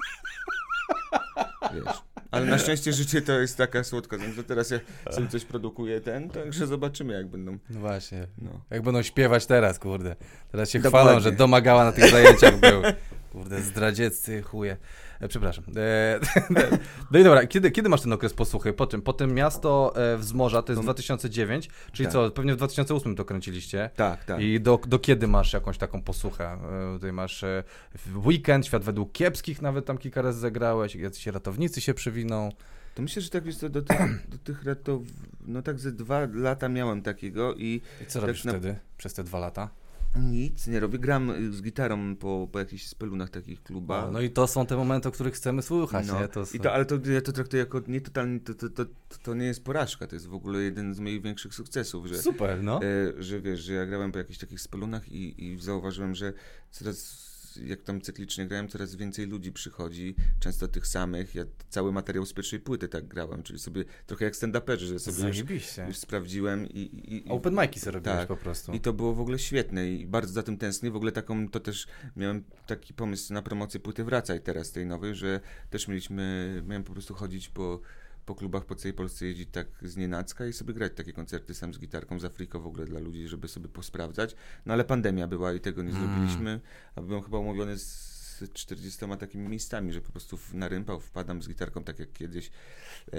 S2: wiesz. Ale na szczęście życie to jest taka słodka, że teraz ja sobie coś produkuję ten, także zobaczymy, jak będą.
S1: No właśnie,
S2: no.
S1: Jak będą śpiewać teraz, kurde. Teraz się
S2: Dokładnie.
S1: chwalą, że Domagała na tych zajęciach był. Kurde, zdradzieccy chuje. E, przepraszam. E, no i dobra, kiedy, kiedy masz ten okres posłuchy? Po tym, po tym Miasto e, Wzmorza, to jest dwa tysiące dziewiąty, czyli tak. Co, pewnie w dwa tysiące ósmym to kręciliście?
S2: Tak, tak.
S1: I do, do kiedy masz jakąś taką posłuchę? E, tutaj masz e, Weekend, Świat według kiepskich, nawet tam kilka razy zagrałeś, jacyś ratownicy się przywiną.
S2: To myślę, że tak wiesz co, do tych, do tych ratow... no tak ze dwa lata miałem takiego i...
S1: I co
S2: tak
S1: robisz
S2: na...
S1: wtedy, przez te dwa lata?
S2: Nic nie robię, gram z gitarą po, po jakichś spelunach takich klubach.
S1: No, no i to są te momenty, o których chcemy słuchać,
S2: no.
S1: nie? To są...
S2: I to, ale to ja to traktuję jako nie totalnie, to, to, to, to nie jest porażka, to jest w ogóle jeden z moich większych sukcesów, że,
S1: Super, no.
S2: e, że wiesz, że ja grałem po jakichś takich spelunach i, i zauważyłem, że coraz, jak tam cyklicznie grałem, coraz więcej ludzi przychodzi, często tych samych. Ja cały materiał z pierwszej płyty tak grałem, czyli sobie trochę jak stand-uperzy, że sobie już, już sprawdziłem i... i, i
S1: Open mic'i sobie robiłeś
S2: tak,
S1: po prostu.
S2: I to było w ogóle świetne i bardzo za tym tęsknię. W ogóle taką, to też miałem taki pomysł na promocję płyty Wracaj teraz tej nowej, że też mieliśmy, miałem po prostu chodzić po po klubach po całej Polsce, jeździć tak znienacka i sobie grać takie koncerty sam z gitarką, z Afriką w ogóle dla ludzi, żeby sobie posprawdzać. No ale pandemia była i tego nie mm. zrobiliśmy, a byłem chyba umówiony z czterdziestoma takimi miejscami, że po prostu na rympał wpadam z gitarką tak jak kiedyś. Eee,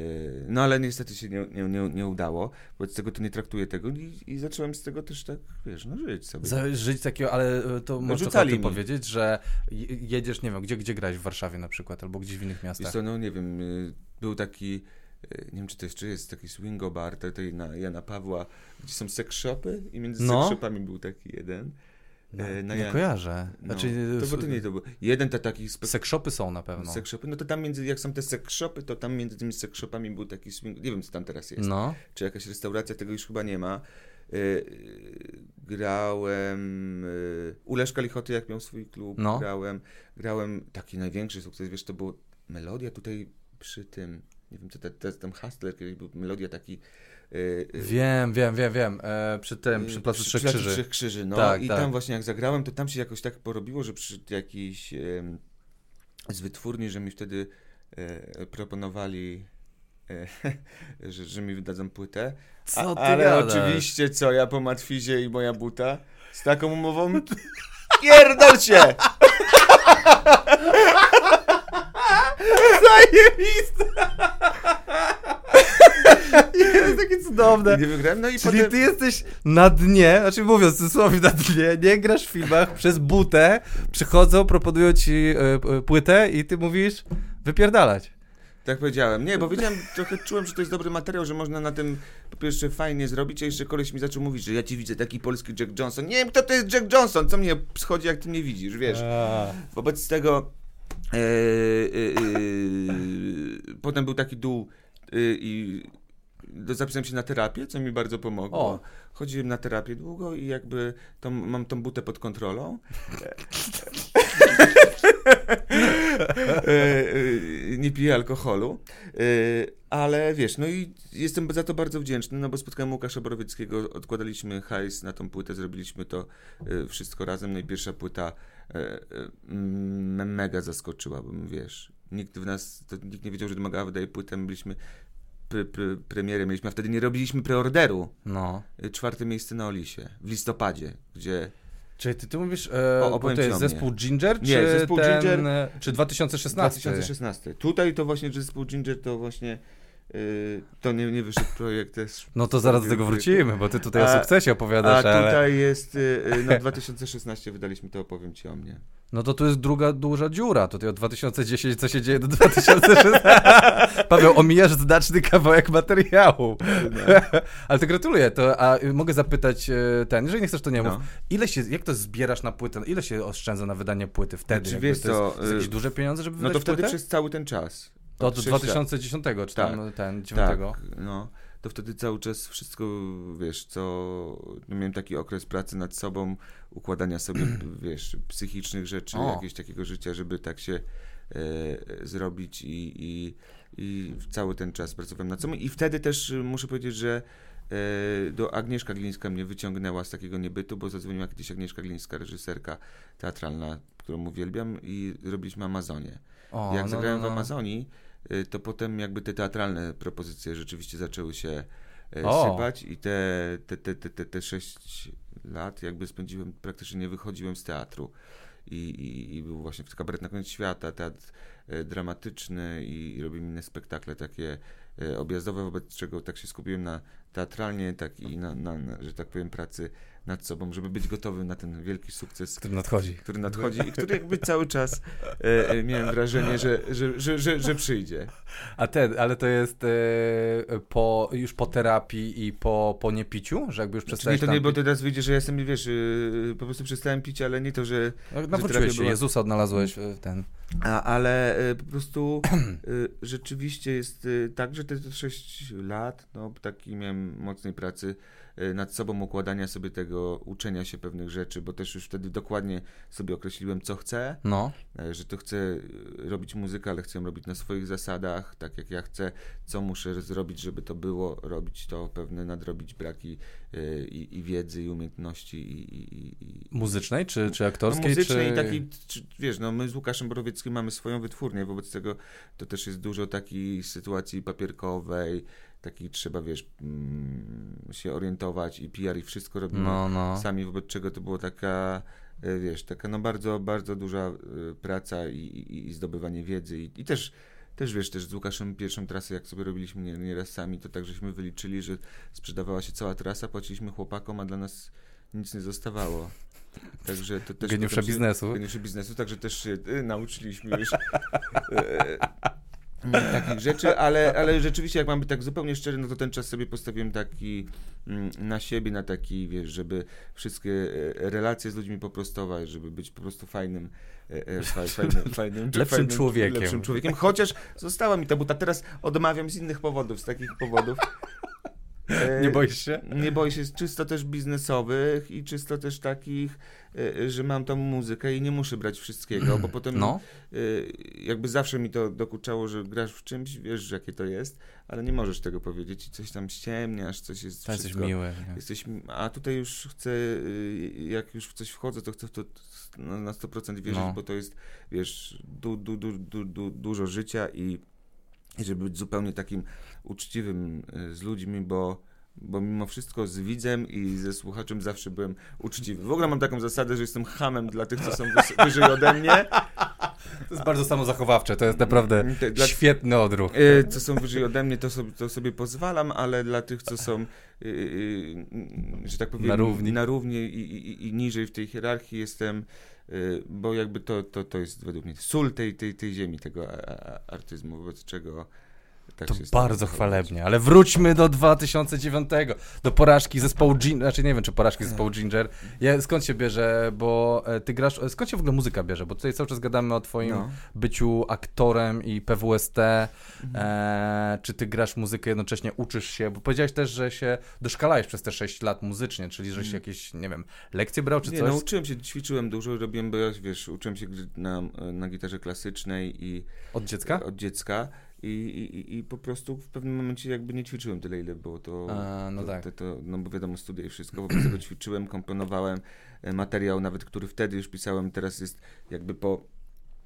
S2: no ale niestety się nie, nie, nie, nie udało, wobec tego to nie traktuję tego i, i zacząłem z tego też tak, wiesz, no żyć sobie.
S1: Za, żyć takiego, ale to
S2: no,
S1: możesz o tym powiedzieć, że jedziesz, nie wiem, gdzie, gdzie grać w Warszawie na przykład, albo gdzieś w innych miastach?
S2: Wiesz co, no nie wiem, był taki, nie wiem czy to jeszcze jest, taki swingo bar tutaj na Jana Pawła, gdzie są sex shopy i między no. sex shopami był taki jeden.
S1: No, na nie Jan... kojarzę.
S2: Znaczy, no, to, to nie to był. Jeden to taki... Spe...
S1: Sex shopy są na pewno.
S2: Sex shopy, no to tam między, jak są te sex shopy, to tam między tymi sex shopami był taki swing, nie wiem co tam teraz jest.
S1: No.
S2: Czy jakaś restauracja, tego już chyba nie ma. Yy, grałem yy, u Leszka Lichoty, jak miał swój klub, no. grałem, grałem, taki największy sukces, wiesz, to było Melodia tutaj przy tym, nie wiem co, to, to, tam Hustler, kiedyś był Melodia taki. Yy,
S1: wiem, wiem, wiem, wiem, e, przy tym, przy Placu Trzech Krzyży.
S2: Trzech Krzyży, no
S1: tak,
S2: i
S1: tak.
S2: tam właśnie jak zagrałem, to tam się jakoś tak porobiło, że przy jakiejś yy, z wytwórni, że mi wtedy yy, proponowali że, że mi wydadzą płytę.
S1: Co ty
S2: ale
S1: gadasz?
S2: Oczywiście, co ja po Matwizie i moja buta z taką umową pierdol się!
S1: Zajebiste! Jest takie cudowne.
S2: Nie wygrałem, no i
S1: Czyli
S2: potem...
S1: ty jesteś na dnie, znaczy mówiąc dosłownie na dnie, nie grasz w filmach, przez butę przychodzą, proponują ci y, płytę i ty mówisz wypierdalać.
S2: Tak powiedziałem. Nie, bo wiedziałem, trochę czułem, że to jest dobry materiał, że można na tym po pierwsze fajnie zrobić, a jeszcze koleś mi zaczął mówić, że ja ci widzę taki polski Jack Johnson. Nie wiem, kto to jest Jack Johnson, co mnie schodzi, jak ty mnie widzisz, wiesz. A. Wobec tego e, e, e, potem był taki dół e, i zapisałem się na terapię, co mi bardzo pomogło. O. Chodziłem na terapię długo i jakby to, mam tą butę pod kontrolą. Nie piję alkoholu, ale wiesz, no i jestem za to bardzo wdzięczny, no bo spotkałem Łukasza Borowieckiego, odkładaliśmy hajs na tą płytę, zrobiliśmy to wszystko razem, no i pierwsza płyta mega zaskoczyła, bo wiesz, nikt w nas, to nikt nie wiedział, że Domagała wydaje płytę, my byliśmy Pre, pre, premierę mieliśmy, a wtedy nie robiliśmy preorderu. No. Czwarte miejsce na Olisie, w listopadzie, gdzie...
S1: Czyli ty, ty mówisz, e,
S2: o,
S1: bo to jest zespół Ginger,
S2: nie,
S1: czy
S2: zespół
S1: ten,
S2: Ginger,
S1: czy dwa tysiące szesnasty?
S2: dwa tysiące szesnasty. Tutaj to właśnie zespół Ginger to właśnie Yy, to nie, nie wyszedł projekt też.
S1: No to zaraz do tego wrócimy, bo ty tutaj a, o sukcesie opowiadasz,
S2: a
S1: ale...
S2: tutaj jest, yy, no dwa tysiące szesnaście wydaliśmy to Opowiem Ci o mnie.
S1: No to tu jest druga duża dziura, tutaj od dwa tysiące dziesiątego co się dzieje do dwa tysiące szesnastego. Paweł, omijasz znaczny kawałek materiału. No. Ale to gratuluję, to, a mogę zapytać ten, jeżeli nie chcesz, to nie mów. No. Ile się, jak to zbierasz na płytę, ile się oszczędza na wydanie płyty wtedy?
S2: Znaczy, wiesz
S1: to
S2: co,
S1: jest, to jest jakieś duże pieniądze, żeby wydać
S2: No to wtedy
S1: płytę?
S2: przez cały ten czas.
S1: To od dwa tysiące dziesiątego, czy tam tak, ten, dziewiątego?
S2: Tak, no. To wtedy cały czas wszystko, wiesz, co... No miałem taki okres pracy nad sobą, układania sobie, wiesz, psychicznych rzeczy, o. jakiegoś takiego życia, żeby tak się e, zrobić i, i, i cały ten czas pracowałem nad sobą. I wtedy też muszę powiedzieć, że e, do Agnieszka Glińska mnie wyciągnęła z takiego niebytu, bo zadzwoniła kiedyś Agnieszka Glińska, reżyserka teatralna, którą uwielbiam, i robiliśmy Amazonię. O, Jak no, zagrałem no, no. w Amazonii, to potem jakby te teatralne propozycje rzeczywiście zaczęły się o. sypać i te, te, te, te, te, te sześć lat jakby spędziłem, praktycznie nie wychodziłem z teatru i, i, i był właśnie w Kabaret na koniec świata, teatr e, dramatyczny i, i robimy inne spektakle takie e, objazdowe, wobec czego tak się skupiłem na teatralnie, tak i na, na, na, że tak powiem, pracy nad sobą, żeby być gotowym na ten wielki sukces,
S1: który nadchodzi,
S2: który nadchodzi i który jakby cały czas e, e, miałem wrażenie, że, że, że, że, że przyjdzie.
S1: A ten, ale to jest e, po, już po terapii i po, po niepiciu, że jakby już przestałeś
S2: znaczy, nie, to nie,
S1: tam...
S2: bo teraz wyjdzie, że ja jestem, wiesz, e, po prostu przestałem pić, ale nie to, że...
S1: Nawróciłeś się, była... Jezusa odnalazłeś w ten...
S2: A, ale e, po prostu e, rzeczywiście jest e, tak, że te sześć lat, no taki miałem mocnej pracy nad sobą, układania sobie tego, uczenia się pewnych rzeczy, bo też już wtedy dokładnie sobie określiłem, co chcę, no. że to chcę robić muzykę, ale chcę ją robić na swoich zasadach, tak jak ja chcę, co muszę zrobić, żeby to było, robić to, pewne nadrobić braki i, i wiedzy, i umiejętności. I, i, i,
S1: muzycznej, czy, czy aktorskiej?
S2: No, muzycznej
S1: czy...
S2: i takiej, czy, wiesz, no my z Łukaszem Borowieckim mamy swoją wytwórnię, wobec tego to też jest dużo takiej sytuacji papierkowej, taki trzeba, wiesz, mm, się orientować i P R i wszystko robimy no, no. sami, wobec czego to była taka, wiesz, taka no bardzo, bardzo duża praca i, i, i zdobywanie wiedzy i, i też, też, wiesz, też z Łukaszem pierwszą trasę, jak sobie robiliśmy nie, nieraz sami, to tak żeśmy wyliczyli, że sprzedawała się cała trasa, płaciliśmy chłopakom, a dla nas nic nie zostawało. Także to też...
S1: Geniusze biznesu.
S2: Geniusze biznesu, także też się y, nauczyliśmy już... takich rzeczy, ale, ale rzeczywiście, jak mam być tak zupełnie szczery, no to ten czas sobie postawiłem taki mm, na siebie, na taki, wiesz, żeby wszystkie relacje z ludźmi poprostować, żeby być po prostu fajnym, e, faj, fajnym, fajnym,
S1: lepszym
S2: fajnym,
S1: człowiekiem.
S2: Lepszym człowiekiem, chociaż została mi ta buta, teraz odmawiam z innych powodów, z takich powodów.
S1: Nie boisz się?
S2: Nie boję się, czysto też biznesowych i czysto też takich, że mam tą muzykę i nie muszę brać wszystkiego, bo potem no. jakby zawsze mi to dokuczało, że grasz w czymś, wiesz, jakie to jest, ale nie możesz tego powiedzieć i coś tam ściemniasz, coś jest
S1: to
S2: wszystko...
S1: Jesteś miły.
S2: Jesteś, a tutaj już chcę, jak już w coś wchodzę, to chcę w to na sto procent wierzyć, no. bo to jest, wiesz, du, du, du, du, du, dużo życia i I żeby być zupełnie takim uczciwym z ludźmi, bo, bo mimo wszystko z widzem i ze słuchaczem zawsze byłem uczciwy. W ogóle mam taką zasadę, że jestem chamem dla tych, co są wys- wyżej ode mnie.
S1: To jest bardzo samozachowawcze, to jest naprawdę Te, dla, świetny odruch.
S2: Yy, co są wyżej ode mnie, to sobie, to sobie pozwalam, ale dla tych, co są, yy, yy, że tak powiem,
S1: na równi,
S2: na równi i, i, i niżej w tej hierarchii jestem, yy, bo jakby to, to, to jest według mnie sól tej, tej, tej ziemi, tego a, a, artyzmu, wobec czego tak
S1: to
S2: się
S1: bardzo chwalebnie, ale wróćmy do dwa tysiące dziewiątego, do porażki zespołu Ginger, znaczy nie wiem, czy porażki zespołu Ginger. Ja, skąd się bierze, bo ty grasz, skąd się w ogóle muzyka bierze, bo tutaj cały czas gadamy o twoim no. byciu aktorem i P W S T, mhm. e, czy ty grasz muzykę, jednocześnie uczysz się, bo powiedziałeś też, że się doszkalałeś przez te sześć lat muzycznie, czyli że się jakieś, nie wiem, lekcje brał, czy
S2: nie,
S1: coś?
S2: No uczyłem się, ćwiczyłem dużo, robiłem, bo ja, wiesz, uczyłem się na, na gitarze klasycznej i...
S1: Od dziecka?
S2: Od dziecka. I, i, I po prostu w pewnym momencie jakby nie ćwiczyłem tyle, ile było to,
S1: A, no
S2: to,
S1: tak.
S2: to, to, no bo wiadomo, studia i wszystko, wobec tego ćwiczyłem, komponowałem materiał, nawet który wtedy już pisałem, teraz jest jakby po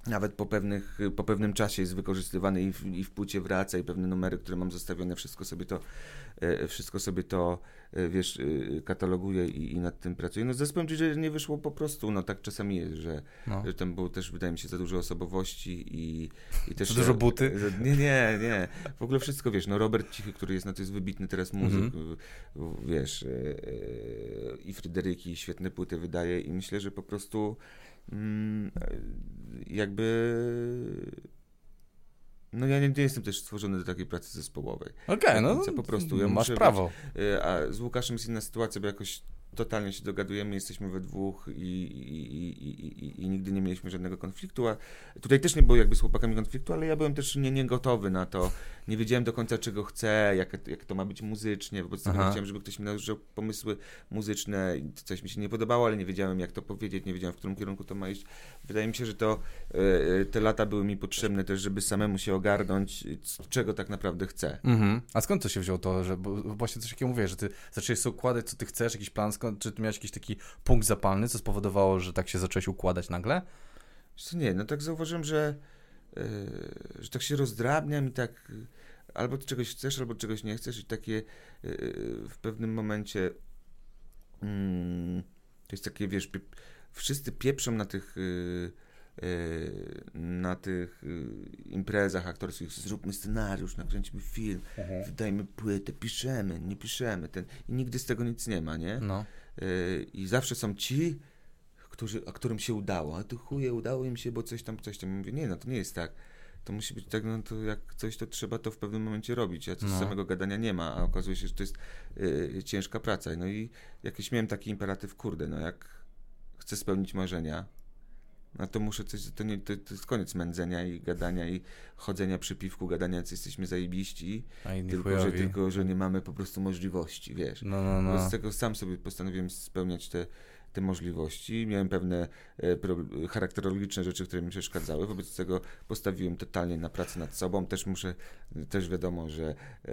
S2: nawet po, pewnych, po pewnym czasie jest wykorzystywany i w, i w płycie wraca i pewne numery, które mam zostawione, wszystko sobie to, wszystko sobie to wiesz, kataloguję i, i nad tym pracuję. No z zespołem że nie wyszło po prostu, no tak czasami jest, że, no. że tam było też, wydaje mi się, za dużo osobowości i, i też...
S1: Za dużo buty?
S2: Że, nie, nie, nie. W ogóle wszystko, wiesz, no Robert Cichy, który jest, no to jest wybitny teraz muzyk, mm-hmm. wiesz, i Fryderyki świetne płyty wydaje i myślę, że po prostu mm, jakby... No ja nie, nie jestem też stworzony do takiej pracy zespołowej.
S1: Okej, okay, no
S2: po prostu ja
S1: masz prawo.
S2: Być, a z Łukaszem jest inna sytuacja, bo jakoś totalnie się dogadujemy, jesteśmy we dwóch i, i, i, i, i nigdy nie mieliśmy żadnego konfliktu, a tutaj też nie było jakby z chłopakami konfliktu, ale ja byłem też nie, nie gotowy na to, nie wiedziałem do końca czego chcę, jak, jak to ma być muzycznie, wobec tego nie chciałem, żeby ktoś mi narzucał pomysły muzyczne, coś mi się nie podobało, ale nie wiedziałem jak to powiedzieć, nie wiedziałem w którym kierunku to ma iść. Wydaje mi się, że to y, te lata były mi potrzebne też, żeby samemu się ogarnąć, czego tak naprawdę chcę.
S1: Mhm. A skąd to się wzięło to, że bo właśnie coś takiego mówię, że ty zacząłeś sobie układać co ty chcesz, jakiś plan, skąd, czy ty miałeś jakiś taki punkt zapalny, co spowodowało, że tak się zacząłeś układać nagle?
S2: Nie, no tak zauważyłem, że, yy, że tak się rozdrabniam i tak yy, albo ty czegoś chcesz, albo czegoś nie chcesz i takie yy, w pewnym momencie yy, to jest takie, wiesz, pie, wszyscy pieprzą na tych yy, yy, na tych yy, imprezach aktorskich, zróbmy scenariusz, nakręcimy film, mhm. wydajmy płytę, piszemy, nie piszemy, ten, i nigdy z tego nic nie ma, nie?
S1: No.
S2: Yy, I zawsze są ci, Którzy, a którym się udało, a to chuje, udało im się, bo coś tam, coś tam. Mówię, nie, no to nie jest tak. To musi być tak, no to jak coś, to trzeba to w pewnym momencie robić, a to no. samego gadania nie ma, a okazuje się, że to jest y, ciężka praca. No i jakiś miałem taki imperatyw, kurde, no jak chcę spełnić marzenia, no to muszę coś, to, nie, to, to jest koniec mędzenia i gadania i chodzenia przy piwku, gadania, co jesteśmy zajebiści, tylko że, tylko że nie mamy po prostu możliwości, wiesz.
S1: No, no, no.
S2: Wobec tego sam sobie postanowiłem spełniać te te możliwości. Miałem pewne e, pro, charakterologiczne rzeczy, które mi przeszkadzały. Wobec tego postawiłem totalnie na pracę nad sobą. Też muszę, też wiadomo, że, e,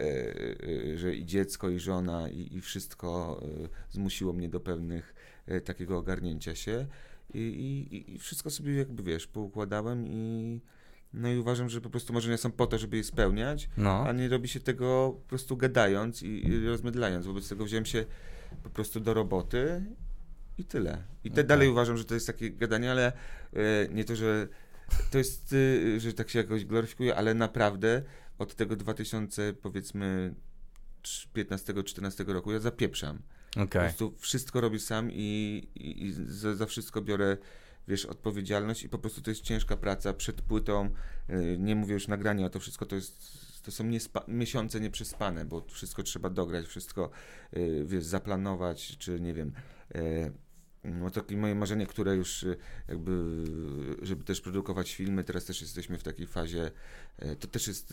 S2: e, że i dziecko, i żona, i, i wszystko e, zmusiło mnie do pewnych e, takiego ogarnięcia się. I, i, I wszystko sobie jakby, wiesz, poukładałem i no i uważam, że po prostu marzenia są po to, żeby je spełniać,
S1: no.
S2: a nie robi się tego po prostu gadając i, i rozmydlając. Wobec tego wziąłem się po prostu do roboty i tyle. I te okay. dalej uważam, że to jest takie gadanie, ale y, nie to, że to jest, y, że tak się jakoś gloryfikuje, ale naprawdę od tego dwa tysiące powiedzmy piętnastego czternastego roku ja zapieprzam.
S1: Okay.
S2: Po prostu wszystko robię sam i, i, i za, za wszystko biorę, wiesz, odpowiedzialność i po prostu to jest ciężka praca przed płytą. Y, nie mówię już nagranie, a to wszystko to jest to są niespa- miesiące nieprzespane, bo wszystko trzeba dograć, wszystko y, wiesz, zaplanować, czy nie wiem. Y, No takie moje marzenie, które już jakby, żeby też produkować filmy, teraz też jesteśmy w takiej fazie, to też jest,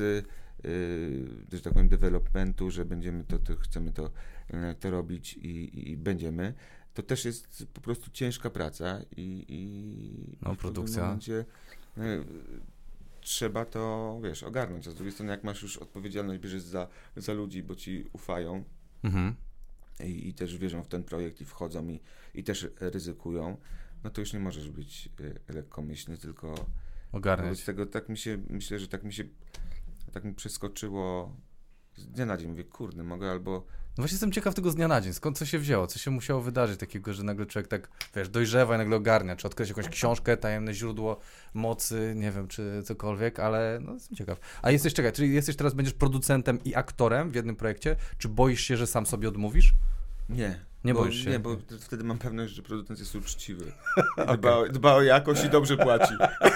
S2: że tak powiem, developmentu, że będziemy to, to chcemy to, to robić i, i będziemy. To też jest po prostu ciężka praca i, i
S1: no,
S2: w
S1: produkcja.
S2: Momencie, trzeba to, wiesz, ogarnąć. A z drugiej strony, jak masz już odpowiedzialność, bierzesz za, za ludzi, bo ci ufają, mhm. I, i też wierzą w ten projekt i wchodzą i, i też ryzykują, no to już nie możesz być y, lekkomyślny, tylko
S1: ogarniać.
S2: Z tego tak mi się, myślę, że tak mi się, tak mi przeskoczyło z dnia na dzień. Mówię, kurde, mogę albo...
S1: No właśnie jestem ciekaw tego z dnia na dzień, skąd co się wzięło, co się musiało wydarzyć takiego, że nagle człowiek tak, wiesz, dojrzewa i nagle ogarnia, czy odkryć jakąś książkę, tajemne źródło mocy, nie wiem, czy cokolwiek, ale no jestem ciekaw. A jesteś, czekaj, czyli jesteś teraz, będziesz producentem i aktorem w jednym projekcie, czy boisz się, że sam sobie odmówisz?
S2: Nie.
S1: Nie
S2: bo,
S1: boisz się?
S2: Nie, bo wtedy mam pewność, że producent jest uczciwy. Okay. Dba, dba o jakość i dobrze płaci.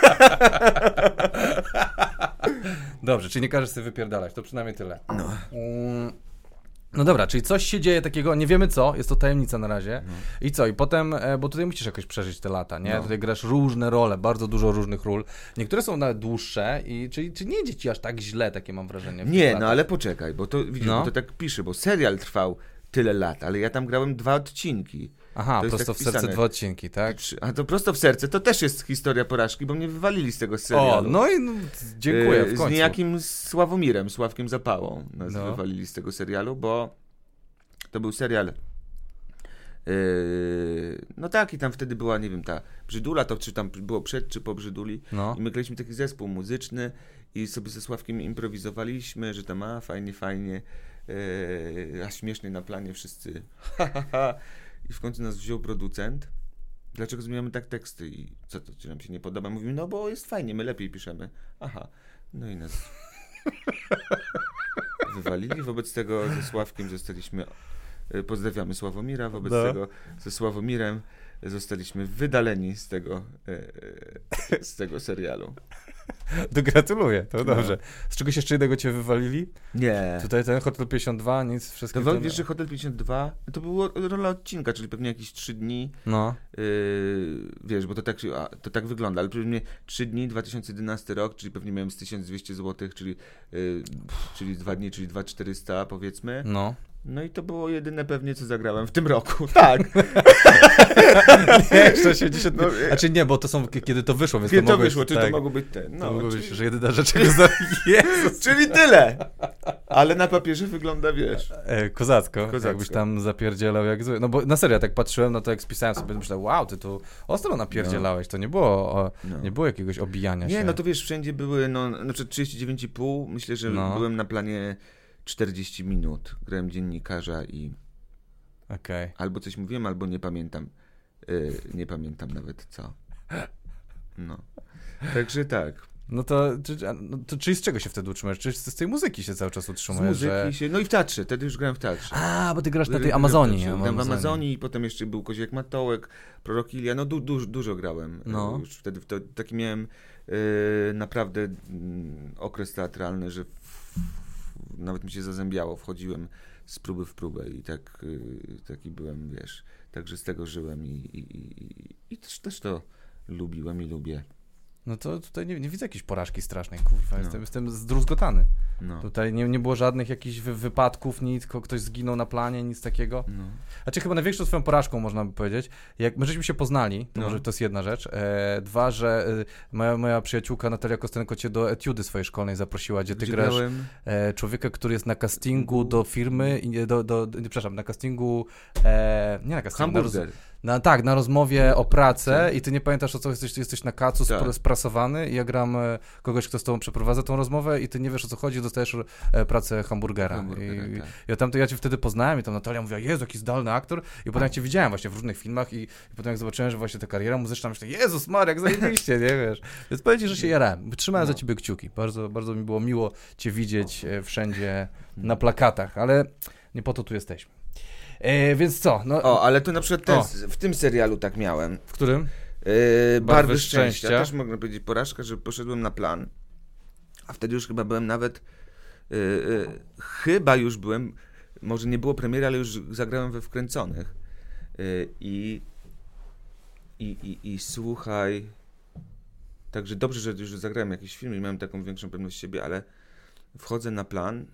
S1: Dobrze, czyli nie każesz sobie wypierdalać, to przynajmniej tyle.
S2: No.
S1: Mm. No dobra, czyli coś się dzieje takiego, nie wiemy co, jest to tajemnica na razie. No. I co? I potem, bo tutaj musisz jakoś przeżyć te lata, nie? No. Tutaj grasz różne role, bardzo dużo różnych ról. Niektóre są nawet dłuższe i czyli czy nie idzie ci aż tak źle, takie mam wrażenie.
S2: Nie, no ale poczekaj, bo to widzisz, no. bo to tak pisze, bo serial trwał tyle lat, ale ja tam grałem dwa odcinki.
S1: Aha, to prosto tak w serce wpisane. Dwa odcinki, tak?
S2: A to prosto w serce, to też jest historia porażki, bo mnie wywalili z tego serialu.
S1: O, no i no, dziękuję, w końcu.
S2: Z niejakim Sławomirem, Sławkiem Zapałą nas no. wywalili z tego serialu, bo to był serial Yy, no tak, i tam wtedy była, nie wiem, ta Brzydula, to czy tam było przed, czy po Brzyduli.
S1: No.
S2: I my graliśmy taki zespół muzyczny i sobie ze Sławkiem improwizowaliśmy, że tam a, fajnie, fajnie, yy, a śmiesznie na planie wszyscy. Ha, ha, ha. I w końcu nas wziął producent. Dlaczego zmieniamy tak teksty? I co to, czy nam się nie podoba? Mówimy, no bo jest fajnie, my lepiej piszemy. Aha. No i nas wywalili. Wobec tego ze Sławkiem zostaliśmy, pozdrawiamy Sławomira, wobec
S1: no.
S2: tego ze Sławomirem zostaliśmy wydaleni z tego, z tego serialu.
S1: To gratuluję, to no. Dobrze. Z czegoś jeszcze jednego cię wywalili?
S2: Nie.
S1: Tutaj ten Hotel pięćdziesiąt dwa, nic, wszystko.
S2: To wiesz, że Hotel pięćdziesiąt dwa to była rola odcinka, czyli pewnie jakieś trzy dni.
S1: No.
S2: Yy, wiesz, bo to tak, a, to tak wygląda, ale pewnie trzy dni, dwa tysiące jedenasty rok, czyli pewnie miałem z tysiąc dwieście złotych, czyli, yy, czyli dwa dni, czyli dwa tysiące czterysta powiedzmy.
S1: No.
S2: No i to było jedyne pewnie, co zagrałem w tym roku, tak.
S1: Nie, sześćdziesiąt No, a czy nie, bo to są, kiedy to wyszło, więc
S2: kiedy
S1: to,
S2: to wyszło,
S1: być,
S2: czy
S1: tak,
S2: to mogło być ten. No,
S1: to mogło
S2: czyli...
S1: być, że jedyna rzecz, czego za... Jezus.
S2: Czyli tyle. Ale na papierze wygląda, wiesz.
S1: E, kozacko,
S2: kozacko,
S1: jakbyś tam zapierdzielał jak zły. No bo na serio, tak patrzyłem, no to jak spisałem sobie, myślałem, wow, ty tu ostro napierdzielałeś, to nie było, o,
S2: no.
S1: nie było jakiegoś obijania
S2: nie,
S1: się.
S2: Nie, no to wiesz, wszędzie były, no, znaczy trzydzieści dziewięć i pół, myślę, że
S1: no.
S2: byłem na planie czterdzieści minut, grałem dziennikarza i
S1: okay.
S2: albo coś mówiłem, albo nie pamiętam, yy, nie pamiętam nawet co. No, także tak.
S1: No to, czy, no to czyli z czego się wtedy utrzymujesz? Czy z tej muzyki się cały czas utrzymujesz?
S2: Z muzyki
S1: że...
S2: się, no i w teatrze, wtedy już grałem w teatrze.
S1: A, bo ty grasz na tej Amazonii.
S2: Grałem w Amazonii. Amazonii i potem jeszcze był Koziek Matołek, Prorok Ilia, no du, du, dużo grałem.
S1: No.
S2: Już wtedy to, taki miałem yy, naprawdę yy, okres teatralny, że w, nawet mi się zazębiało, wchodziłem z próby w próbę i tak, yy, taki byłem, wiesz, także z tego żyłem i, i, i, i też, też to lubiłem i lubię.
S1: No to tutaj nie, nie widzę jakiejś porażki strasznej, kurwa,
S2: no.
S1: jestem, jestem zdruzgotany.
S2: No. Tutaj
S1: nie, nie było żadnych jakichś wy, wypadków, nic, ktoś zginął na planie, nic takiego.
S2: No.
S1: Znaczy chyba największą swoją porażką, można by powiedzieć, jak my żeśmy się poznali, to
S2: no.
S1: może to jest jedna rzecz, e, dwa, że e, moja, moja przyjaciółka Natalia Kostenko cię do etiudy swojej szkolnej zaprosiła, gdzie ty
S2: gdzie
S1: grasz
S2: e,
S1: człowieka, który jest na castingu do firmy, do, do, do, do przepraszam, na castingu, e, nie na castingu,
S2: Hamburger.
S1: Na, tak, na rozmowie o pracę i ty nie pamiętasz, o co jesteś, jesteś na kacu
S2: tak.
S1: sprasowany i ja gram kogoś, kto z tobą przeprowadza tą rozmowę i ty nie wiesz, o co chodzi, dostajesz e, pracę hamburgera.
S2: hamburgera
S1: I,
S2: tak.
S1: ja, tam, to ja cię wtedy poznałem i tam Natalia mówiła, Jezu, jaki zdolny aktor i potem jak cię widziałem właśnie w różnych filmach i, i potem jak zobaczyłem, że właśnie ta kariera muzyczna, myślę, Jezus Maria, jak zajebiście, nie wiesz. Więc powiem ci, że się jarałem. Trzymałem no. za ciebie kciuki. Bardzo, bardzo mi było miło cię widzieć wszędzie na plakatach, ale nie po to tu jesteśmy. E, więc co? No...
S2: O, ale to na przykład ten, w tym serialu tak miałem.
S1: W którym?
S2: E, Barwy, Barwy Szczęścia. Też mogę powiedzieć porażka, że poszedłem na plan, a wtedy już chyba byłem nawet, e, e, chyba już byłem, może nie było premiery, ale już zagrałem we Wkręconych. E, i, i, i, I słuchaj, także dobrze, że już zagrałem jakiś film i miałem taką większą pewność siebie, ale wchodzę na plan,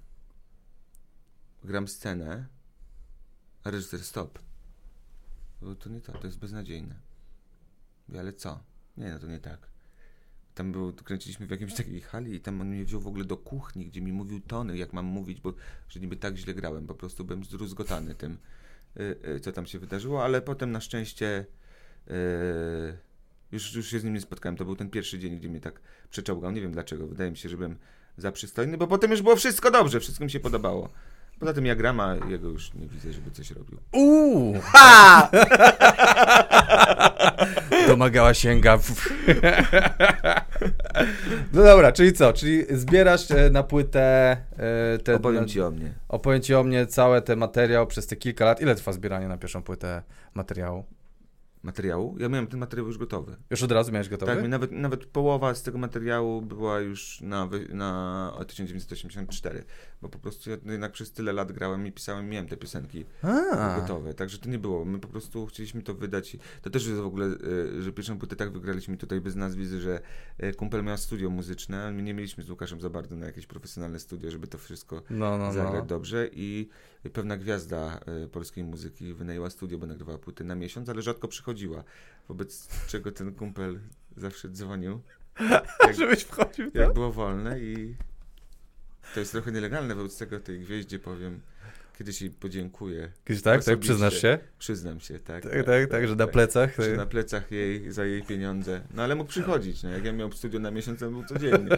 S2: gram scenę, a reżyser stop. Bo to nie to, to jest beznadziejne. Ja, ale co? Nie, no to nie tak. Tam było, kręciliśmy w jakiejś takiej hali i tam on mnie wziął w ogóle do kuchni, gdzie mi mówił tony, jak mam mówić, bo że niby tak źle grałem. Po prostu byłem zdruzgotany tym, yy, yy, co tam się wydarzyło, ale potem na szczęście yy, już, już się z nim nie spotkałem. To był ten pierwszy dzień, gdzie mnie tak przeczołgał. Nie wiem dlaczego. Wydaje mi się, że byłem za przystojny, bo potem już było wszystko dobrze, wszystko mi się podobało. Poza tym ja gram, a jego już nie widzę, żeby coś robił.
S1: Uuu! Ha! Domagała sięga. No dobra, czyli co? Czyli zbierasz na płytę... Te,
S2: opowiem ci o mnie.
S1: Opowiem ci o mnie całe te materiał przez te kilka lat. Ile trwa zbieranie na pierwszą płytę materiału?
S2: Materiału? Ja miałem ten materiał już gotowy.
S1: Już od razu miałeś gotowy?
S2: Tak, nawet, nawet połowa z tego materiału była już na, na tysiąc dziewięćset osiemdziesiąt cztery, bo po prostu ja jednak przez tyle lat grałem i pisałem, miałem te piosenki A. gotowe, także to nie było. My po prostu chcieliśmy to wydać. To też jest w ogóle, że pierwszą płytę tak wygraliśmy tutaj bez nazwy, że kumpel miał studio muzyczne, ale my nie mieliśmy z Łukaszem za bardzo na jakieś profesjonalne studio, żeby to wszystko
S1: no, no,
S2: zagrać
S1: no.
S2: dobrze i pewna gwiazda polskiej muzyki wynajęła studio, bo nagrywała płyty na miesiąc, ale rzadko przychodziła, wobec czego ten kumpel zawsze dzwonił. Jak,
S1: żebyś wchodził,
S2: jak
S1: tak?
S2: było wolne i to jest trochę nielegalne, wobec tego tej gwieździe powiem, kiedyś jej podziękuję.
S1: Kiedyś tak? Tak? Przyznasz się?
S2: Przyznam się, tak.
S1: Tak, tak, tak, tak że na plecach?
S2: Że na plecach jej, za jej pieniądze. No ale mógł przychodzić, no. Jak ja miał studio na miesiąc, to był codziennie.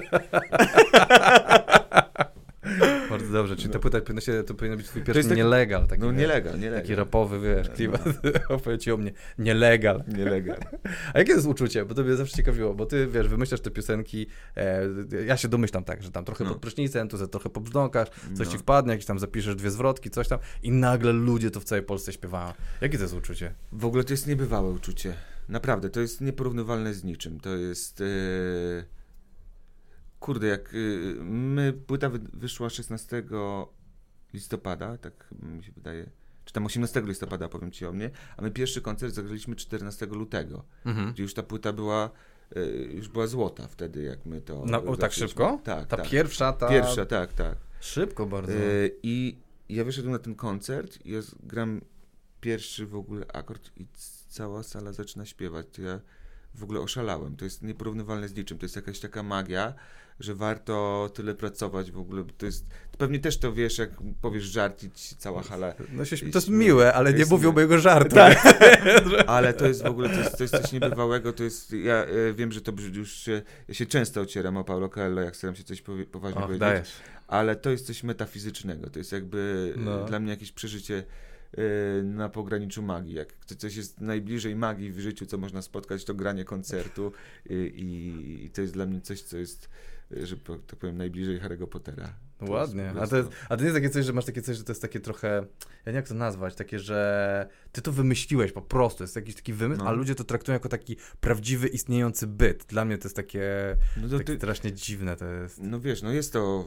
S1: Bardzo dobrze, czyli
S2: no.
S1: ta płyta powinna się, to powinien być twój pierwszy taki, nielegal. Taki,
S2: no nielegal, nielegal.
S1: Taki rapowy, wiesz, klimat. No. Opowiedz o mnie. Nielegal.
S2: Nielegal.
S1: A jakie jest uczucie? Bo to mnie zawsze ciekawiło, bo ty, wiesz, wymyślasz te piosenki, e, ja się domyślam tak, że tam trochę no. pod prysznicem, tu trochę pobrzdąkasz, coś no. ci wpadnie, jakieś tam zapiszesz dwie zwrotki, coś tam i nagle ludzie to w całej Polsce śpiewają. Jakie to jest uczucie?
S2: W ogóle to jest niebywałe uczucie. Naprawdę, to jest nieporównywalne z niczym. To jest... Yy... Kurde, jak y, my, płyta wy, wyszła szesnastego listopada, tak mi się wydaje, czy tam osiemnastego listopada, powiem ci o mnie, a my pierwszy koncert zagraliśmy czternastego lutego, mhm. gdzie już ta płyta była, y, już była złota wtedy, jak my to...
S1: No, o, tak szybko?
S2: Tak,
S1: Ta
S2: tak.
S1: pierwsza, ta...
S2: Pierwsza, tak, tak.
S1: Szybko bardzo.
S2: Y, I ja wyszedłem na ten koncert i ja gram pierwszy w ogóle akord i cała sala zaczyna śpiewać. To ja w ogóle oszalałem. To jest nieporównywalne z niczym. To jest jakaś taka magia, że warto tyle pracować w ogóle. To jest, pewnie też to wiesz, jak powiesz żart i cała hala...
S1: No się, to jest miłe, ale nie mówią mojego żartu.
S2: Tak. Ale to jest w ogóle, to jest, to jest coś niebywałego. To jest, ja e, wiem, że to już się, ja się często ocieram o Paulo Coelho, jak staram się coś powie, poważnie
S1: Och,
S2: powiedzieć.
S1: Dajesz.
S2: Ale to jest coś metafizycznego. To jest jakby no. dla mnie jakieś przeżycie na pograniczu magii. Jak coś jest najbliżej magii w życiu, co można spotkać, to granie koncertu i, i to jest dla mnie coś, co jest, że tak powiem, najbliżej Harry'ego Pottera.
S1: To ładnie. A to, jest, a to nie jest takie coś, że masz takie coś, że to jest takie trochę, ja nie wiem jak to nazwać, takie, że ty to wymyśliłeś po prostu, jest jakiś taki wymysł, no. a ludzie to traktują jako taki prawdziwy, istniejący byt. Dla mnie to jest takie, no to takie ty... strasznie dziwne to jest.
S2: No wiesz, no jest to...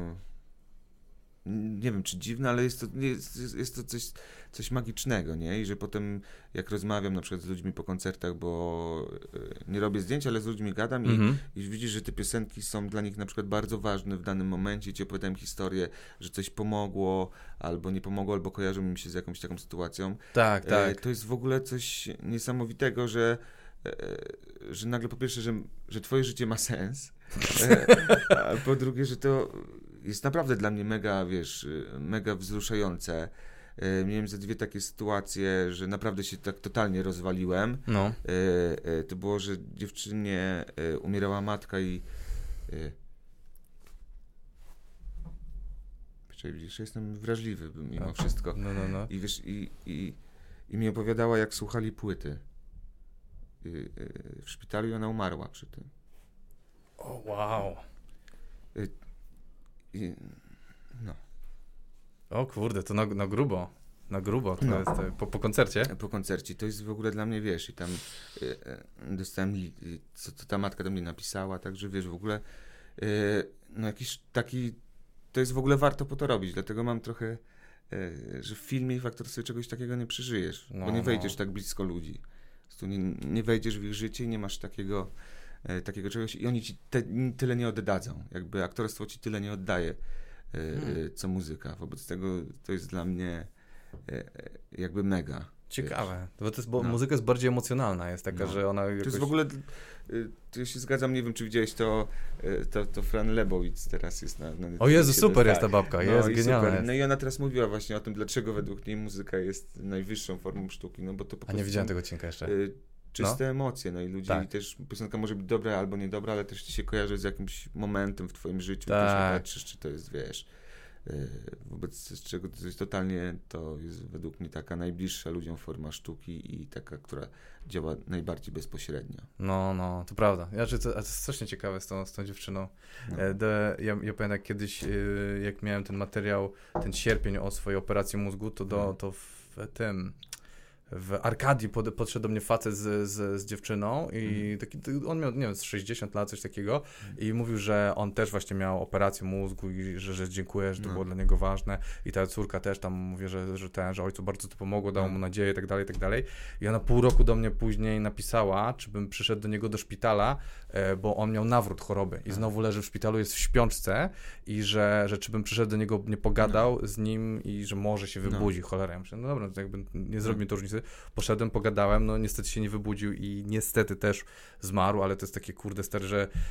S2: nie wiem, czy dziwne, ale jest to, jest, jest to coś, coś magicznego, nie? I że potem, jak rozmawiam na przykład z ludźmi po koncertach, bo nie robię zdjęć, ale z ludźmi gadam mm-hmm. i, i widzisz, że te piosenki są dla nich na przykład bardzo ważne w danym momencie i ci opowiadałem historię, że coś pomogło, albo nie pomogło, albo kojarzą mi się z jakąś taką sytuacją.
S1: Tak, tak.
S2: E, to jest w ogóle coś niesamowitego, że że nagle po pierwsze, że, że twoje życie ma sens, a po drugie, że to jest naprawdę dla mnie mega, wiesz, mega wzruszające. Miałem ze dwie takie sytuacje, że naprawdę się tak totalnie rozwaliłem. No. To było, że dziewczynie umierała matka i widzisz, jestem wrażliwy mimo wszystko.
S1: No, no, no.
S2: I wiesz, i, i, i mi opowiadała, jak słuchali płyty w szpitalu i ona umarła przy tym.
S1: O, wow.
S2: I, no.
S1: O kurde, to na, na grubo. Na grubo, to
S2: no.
S1: jest po, po koncercie?
S2: Po koncercie. To jest w ogóle dla mnie, wiesz, i tam y, y, dostałem, y, co, co ta matka do mnie napisała, także wiesz, w ogóle y, no jakiś taki, to jest w ogóle warto po to robić, dlatego mam trochę, y, że w filmie i w aktorstwie czegoś takiego nie przeżyjesz, no, bo nie wejdziesz no. tak blisko ludzi. Tu nie, nie wejdziesz w ich życie i nie masz takiego, e, takiego czegoś i oni ci te, tyle nie oddadzą. Jakby aktorstwo ci tyle nie oddaje, e, hmm. co muzyka. Wobec tego to jest dla mnie e, jakby mega.
S1: Ciekawe, bo, to jest, bo no. muzyka jest bardziej emocjonalna, jest taka, no. że ona jakoś...
S2: To jest w ogóle, to się zgadzam, nie wiem, czy widziałeś to, to, to Fran Lebowitz teraz jest na... na
S1: o Jezu, super jest ta babka, no, jest genialna. Jest.
S2: No i ona teraz mówiła właśnie o tym, dlaczego według niej muzyka jest najwyższą formą sztuki, no bo to po prostu...
S1: A nie widziałem tego odcinka jeszcze.
S2: Czyste
S1: no.
S2: emocje, no i ludzie tak. i też piosenka może być dobra albo niedobra, ale też ci się kojarzy z jakimś momentem w twoim życiu, tak. patrzysz, czy to jest, wiesz, wobec czego to jest totalnie, to jest według mnie taka najbliższa ludziom forma sztuki i taka, która działa najbardziej bezpośrednio.
S1: No, no, to prawda. Ja, to, to jest strasznie ciekawe z tą, z tą dziewczyną. No. De, ja, ja pamiętam jak kiedyś, jak miałem ten materiał, ten sierpień o swojej operacji mózgu, to, do, no. to w tym... w Arkadii pod, podszedł do mnie facet z, z, z dziewczyną i taki, on miał, nie wiem, z sześćdziesiąt lat, coś takiego i mówił, że on też właśnie miał operację mózgu i że, że dziękuję, że to no. było dla niego ważne i ta córka też tam mówi, że, że ten, że ojcu bardzo to pomogło, dało mu nadzieję i tak dalej, i tak dalej. I ona pół roku do mnie później napisała, czy bym przyszedł do niego do szpitala, bo on miał nawrót choroby i znowu leży w szpitalu, jest w śpiączce i że, że czy bym przyszedł do niego, nie pogadał no. z nim i że może się wybudzi, no. cholera. Ja myślę, no dobra, to jakby nie zrobi mi to różnicy. Poszedłem, pogadałem, no niestety się nie wybudził i niestety też zmarł, ale to jest takie kurde stary, że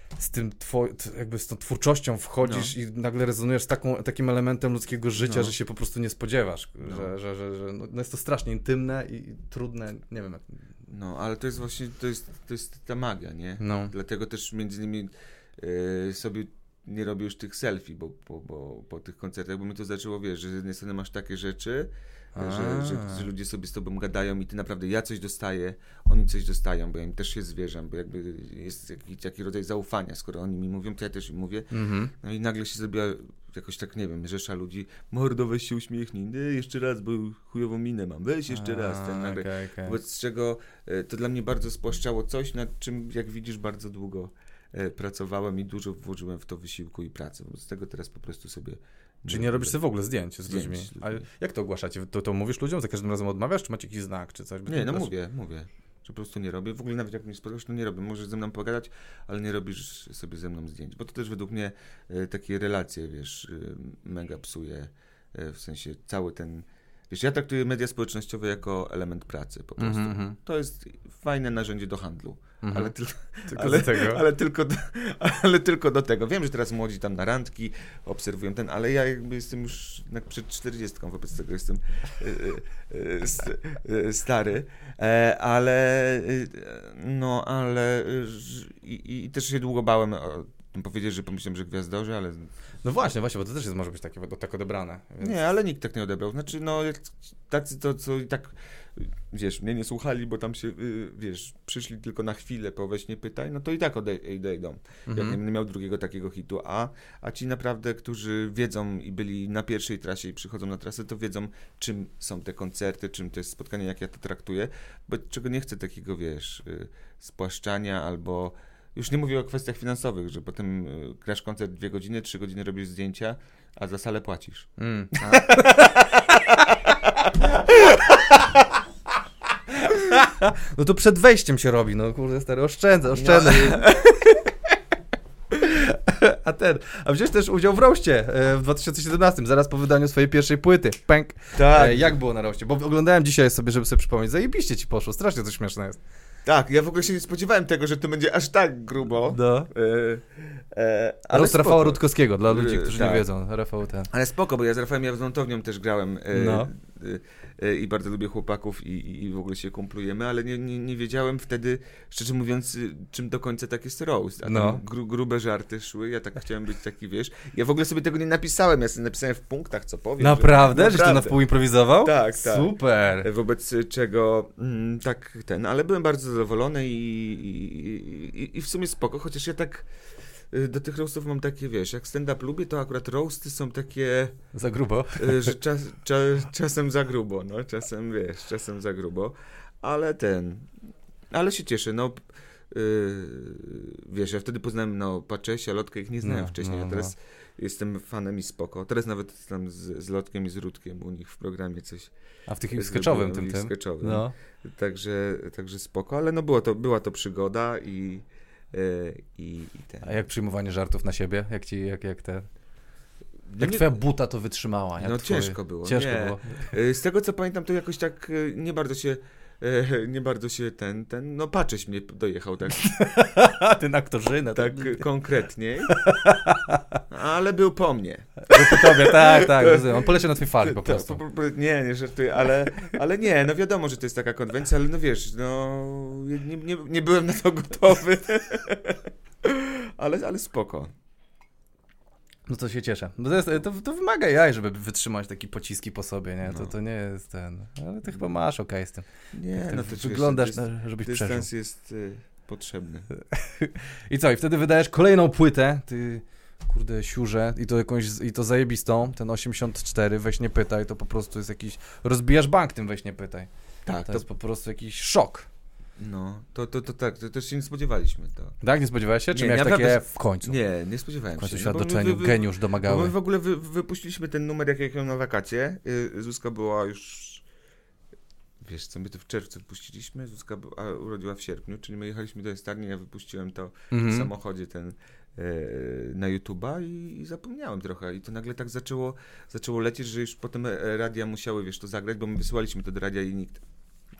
S1: z tym two, jakby z tą twórczością wchodzisz no. i nagle rezonujesz z taką, takim elementem ludzkiego życia, no. że się po prostu nie spodziewasz, no. że, że, że, że no jest to strasznie intymne i trudne, nie wiem jak...
S2: No, ale to jest właśnie, to jest, to jest ta magia, nie?
S1: No.
S2: Dlatego też między innymi yy, sobie nie robię już tych selfie, bo, bo, bo po tych koncertach, bo mi to zaczęło, wiesz, że z jednej strony masz takie rzeczy, że, że, że ludzie sobie z tobą gadają i ty naprawdę, ja coś dostaję, oni coś dostają, bo ja im też się zwierzam, bo jakby jest jakiś taki rodzaj zaufania, skoro oni mi mówią, to ja też im mówię. Mm-hmm. No i nagle się zrobiła jakoś tak, nie wiem, rzesza ludzi, mordo, weź się uśmiechnij, nie, jeszcze raz, bo chujową minę mam, weź jeszcze A, raz. Ten nagle, okay, okay. Wobec czego to dla mnie bardzo spłaszczało coś, nad czym, jak widzisz, bardzo długo pracowałem i dużo włożyłem w to wysiłku i pracy. Wobec tego teraz po prostu sobie...
S1: Czyli nie robisz sobie w ogóle zdjęć z ludźmi. A jak to ogłaszacie? To, to mówisz ludziom? Za każdym razem odmawiasz? Czy macie jakiś znak, czy coś?
S2: Nie, no też... mówię, mówię. Że po prostu nie robię. W ogóle nawet jak mnie spotkasz, to nie robię. Możesz ze mną pogadać, ale nie robisz sobie ze mną zdjęć. Bo to też według mnie e, takie relacje, wiesz, e, mega psuje. E, w sensie cały ten... Wiesz, ja traktuję media społecznościowe jako element pracy po prostu. Mm-hmm. To jest fajne narzędzie do handlu. Mm-hmm. Ale, tyl-
S1: tylko
S2: ale,
S1: do tego.
S2: ale, tylko do, ale tylko do tego. Wiem, że teraz młodzi tam na randki obserwują ten, ale ja jakby jestem już przed czterdziestką, wobec tego jestem y, y, y, stary. E, ale y, no, ale i, i też się długo bałem o tym powiedzieć, że pomyślałem, że gwiazdorzy, ale...
S1: No właśnie, właśnie, bo to też jest, może być takie, tak odebrane.
S2: Więc... Nie, ale nikt tak nie odebrał. Znaczy, no, tacy to, co i tak, wiesz, mnie nie słuchali, bo tam się, wiesz, przyszli tylko na chwilę, po weź nie pytaj, no to i tak odej- odejdą. Mhm. Jak nie będę miał drugiego takiego hitu. A, a ci naprawdę, którzy wiedzą i byli na pierwszej trasie i przychodzą na trasę, to wiedzą, czym są te koncerty, czym to jest spotkanie, jak ja to traktuję, bo czego nie chcę takiego, wiesz, spłaszczania albo... Już nie mówię o kwestiach finansowych, że potem grasz koncert dwie godziny, trzy godziny robisz zdjęcia, a za salę płacisz. Mm.
S1: No to przed wejściem się robi, no kurde stary, oszczędzę, oszczędzę. No. A ten, a wziąłeś też udział w roście w dwa tysiące siedemnastym, zaraz po wydaniu swojej pierwszej płyty. Pęk.
S2: Tak.
S1: E, jak było na roście? Bo oglądałem dzisiaj sobie, żeby sobie przypomnieć, zajebiście ci poszło, strasznie to śmieszne jest.
S2: Tak, ja w ogóle się nie spodziewałem tego, że to będzie aż tak grubo.
S1: No. E, e, ale rost Rafała Rutkowskiego, dla ludzi, którzy tak. nie wiedzą. Rafał ten.
S2: Ale spoko, bo ja z Rafałem Jawnątownią też grałem e, no. e, e, i bardzo lubię chłopaków i, i w ogóle się kumplujemy, ale nie, nie, nie wiedziałem wtedy, szczerze mówiąc, czym do końca tak jest roast. A no. tam gru, grube żarty szły, ja tak chciałem być taki, wiesz. Ja w ogóle sobie tego nie napisałem, ja sobie napisałem w punktach, co powiem.
S1: Naprawdę?
S2: Że,
S1: Żeś to na wpół improwizował?
S2: Tak, tak.
S1: Super.
S2: Wobec czego mm, tak ten, ale byłem bardzo zadowolony i, i, i, i w sumie spoko, chociaż ja tak do tych roastów mam takie, wiesz, jak stand-up lubię, to akurat roasty są takie...
S1: Za grubo?
S2: Że czas, czas, czasem za grubo, no, czasem, wiesz, czasem za grubo, ale ten, ale się cieszę, no, yy, wiesz, ja wtedy poznałem, no, Paczesia, Lotkę, ich nie znałem no, wcześniej, no, a teraz no. jestem fanem i spoko. Teraz nawet tam z, z Lotkiem i z Rutkiem u nich w programie coś...
S1: A w tych sketchowym tym, tym?
S2: Sketchowym. No. Także, także spoko, ale no było to, była to przygoda i I, i ten.
S1: A jak przyjmowanie żartów na siebie? Jak ci, jak, jak te... Jak nie... twoja buta to wytrzymała? Jak
S2: no
S1: twoje...
S2: ciężko było.
S1: Ciężko
S2: nie.
S1: było.
S2: Z tego co pamiętam, to jakoś tak nie bardzo się nie bardzo się ten, ten, no Pacześ mnie dojechał tak.
S1: Ten aktorzyna.
S2: Tak ten... konkretnie. Ale był po mnie.
S1: Był po tobie, tak, tak. On poleciał na twój fali po prostu.
S2: To, to, nie, nie żartuję, ale, ale nie, no wiadomo, że to jest taka konwencja, ale no wiesz, no nie, nie, nie byłem na to gotowy. ale, ale spoko.
S1: No to się cieszę. No to, jest, to, to wymaga jaj, żeby wytrzymać takie pociski po sobie, nie? To,
S2: no.
S1: to nie jest ten... Ale ty chyba masz okej okay z tym.
S2: Nie, no to
S1: wyglądasz,
S2: wiesz,
S1: na, żebyś
S2: dystans
S1: przeżył.
S2: Dystans jest y, potrzebny.
S1: I co? I wtedy wydajesz kolejną płytę, ty... Kurde, siurze, i to jakąś, i to zajebistą, ten osiemdziesiąt cztery, weź nie pytaj, to po prostu jest jakiś... Rozbijasz bank tym, weź nie pytaj.
S2: Tak.
S1: To, to jest po prostu jakiś szok.
S2: No, to, to, to tak, to też się nie spodziewaliśmy. To.
S1: Tak, nie spodziewałeś się? Czy
S2: nie,
S1: miałeś
S2: naprawdę...
S1: takie w końcu?
S2: Nie, nie spodziewałem
S1: w końcu
S2: się.
S1: świat
S2: no,
S1: docenił,
S2: wy, wy,
S1: geniusz domagały.
S2: My w ogóle wy, wypuściliśmy ten numer, jak jechałem na wakacje. Zuzka była już... Wiesz co, my to w czerwcu wypuściliśmy, Zuzka była, urodziła w sierpniu, czyli my jechaliśmy do Estarni, ja wypuściłem to mm-hmm. w samochodzie ten e, na YouTube'a i, i zapomniałem trochę. I to nagle tak zaczęło, zaczęło lecieć, że już potem radia musiały, wiesz, to zagrać, bo my wysyłaliśmy to do radia i nikt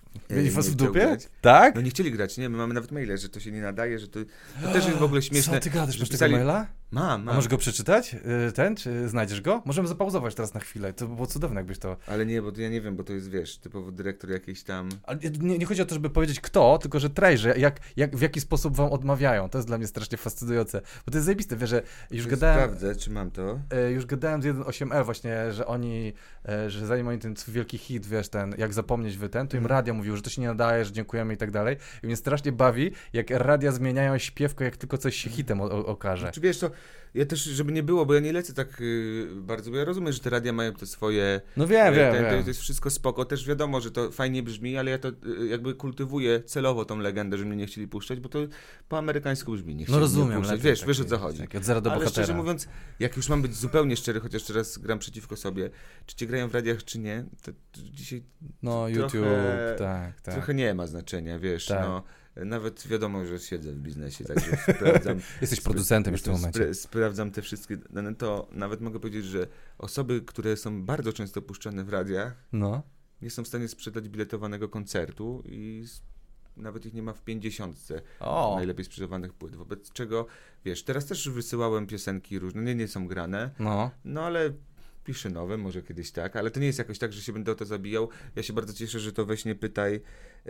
S1: Mieli was w dupie?
S2: Grać.
S1: Tak?
S2: No nie chcieli grać, nie? My mamy nawet maile, że to się nie nadaje, że to, to też jest w ogóle śmieszne.
S1: Co ty gadasz, masz
S2: pisali...
S1: tego maila?
S2: Mam, mam.
S1: A możesz go przeczytać? Ten? Czy znajdziesz go? Możemy zapauzować teraz na chwilę. To by było cudowne, jakbyś to...
S2: Ale nie, bo to ja nie wiem, bo to jest, wiesz, typowo dyrektor jakiś tam...
S1: Ale nie, nie chodzi o to, żeby powiedzieć kto, tylko że treść, że jak, jak, w jaki sposób wam odmawiają. To jest dla mnie strasznie fascynujące. Bo to jest zajebiste, wiesz, że już
S2: Ja
S1: gadałem...
S2: Sprawdzę, czy mam to.
S1: Już gadałem z jeden osiem L właśnie, że oni, że zanim oni ten wielki hit, wiesz, ten, jak zapomnieć wy ten, to im radio mówił, że to się nie nadaje, że dziękujemy i tak dalej. I mnie strasznie bawi, jak radia zmieniają śpiewkę, jak tylko coś się hitem o, o, okaże.
S2: Czy wiesz, to ja też, żeby nie było, bo ja nie lecę tak y, bardzo, bo ja rozumiem, że te radia mają te swoje...
S1: No wiem, wiem,
S2: ten,
S1: wiem.
S2: To, to jest wszystko spoko, też wiadomo, że to fajnie brzmi, ale ja to y, jakby kultywuję celowo tą legendę, że mnie nie chcieli puszczać, bo to po amerykańsku brzmi, nie chcieli
S1: No rozumiem,
S2: puszczać.
S1: lepiej,
S2: Wiesz,
S1: taki,
S2: wiesz o co chodzi.
S1: Tak, od zera do
S2: ale
S1: bohatera.
S2: szczerze mówiąc, jak już mam być zupełnie szczery, chociaż teraz gram przeciwko sobie, czy cię grają w radiach, czy nie, to, to dzisiaj
S1: No YouTube,
S2: trochę,
S1: tak, tak.
S2: trochę nie ma znaczenia, wiesz,
S1: Tak.
S2: no. Nawet wiadomo, że siedzę w biznesie, także sprawdzam.
S1: Jesteś producentem już w tym
S2: spra-
S1: momencie.
S2: spra- sprawdzam te wszystkie dane. To nawet mogę powiedzieć, że osoby, które są bardzo często puszczane w radiach,
S1: No.
S2: nie są w stanie sprzedać biletowanego koncertu i s- nawet ich nie ma w pięćdziesiątce
S1: O.
S2: najlepiej sprzedawanych płyt. Wobec czego, wiesz, teraz też wysyłałem piosenki różne, nie, nie są grane,
S1: No.
S2: no ale piszę nowe, może kiedyś tak, ale to nie jest jakoś tak, że się będę o to zabijał. Ja się bardzo cieszę, że to Weź Nie Pytaj yy,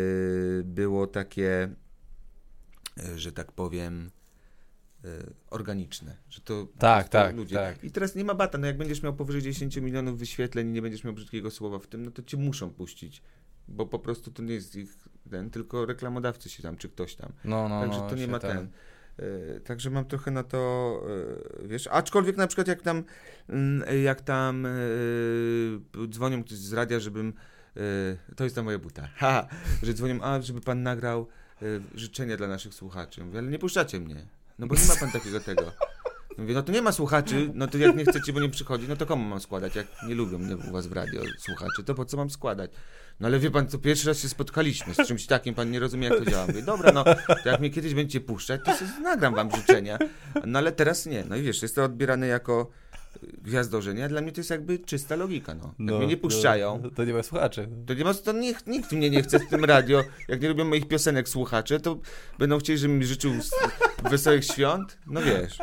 S2: było takie, yy, że tak powiem, yy, organiczne. Że to,
S1: Tak,
S2: to
S1: tak,
S2: ludzie.
S1: tak.
S2: I teraz nie ma bata, no jak będziesz miał powyżej dziesięć milionów wyświetleń i nie będziesz miał brzydkiego słowa w tym, no to cię muszą puścić, bo po prostu to nie jest ich ten, tylko reklamodawcy się tam, czy ktoś tam.
S1: No, no,
S2: Także
S1: no,
S2: to nie
S1: się
S2: ma
S1: ten-
S2: ten. Yy, Także mam trochę na to, yy, wiesz, aczkolwiek na przykład jak tam, yy, jak tam yy, dzwonią ktoś z radia, żebym, yy, to jest ta moja buta, ha, że dzwonią, a żeby pan nagrał yy, życzenia dla naszych słuchaczy. Mówię, ale nie puszczacie mnie, no bo nie ma pan takiego tego. Mówię, no to nie ma słuchaczy, no to jak nie chcecie, bo nie przychodzi, no to komu mam składać, jak nie lubią mnie u was w radio słuchacze, to po co mam składać? No ale wie pan, co pierwszy raz się spotkaliśmy z czymś takim, pan nie rozumie, jak to działa. Mówię, dobra, no, to jak mnie kiedyś będziecie puszczać, to sobie nagram wam życzenia, no ale teraz nie. No i wiesz, jest to odbierane jako gwiazdorzenie, a dla mnie to jest jakby czysta logika, no. Jak
S1: No,
S2: mnie nie puszczają,
S1: no, to nie ma słuchaczy.
S2: to nie ma, to nikt, nikt mnie nie chce w tym radio. Jak nie lubią moich piosenek słuchacze, to będą chcieli, żebym mi życzył s- wesołych świąt, no wiesz.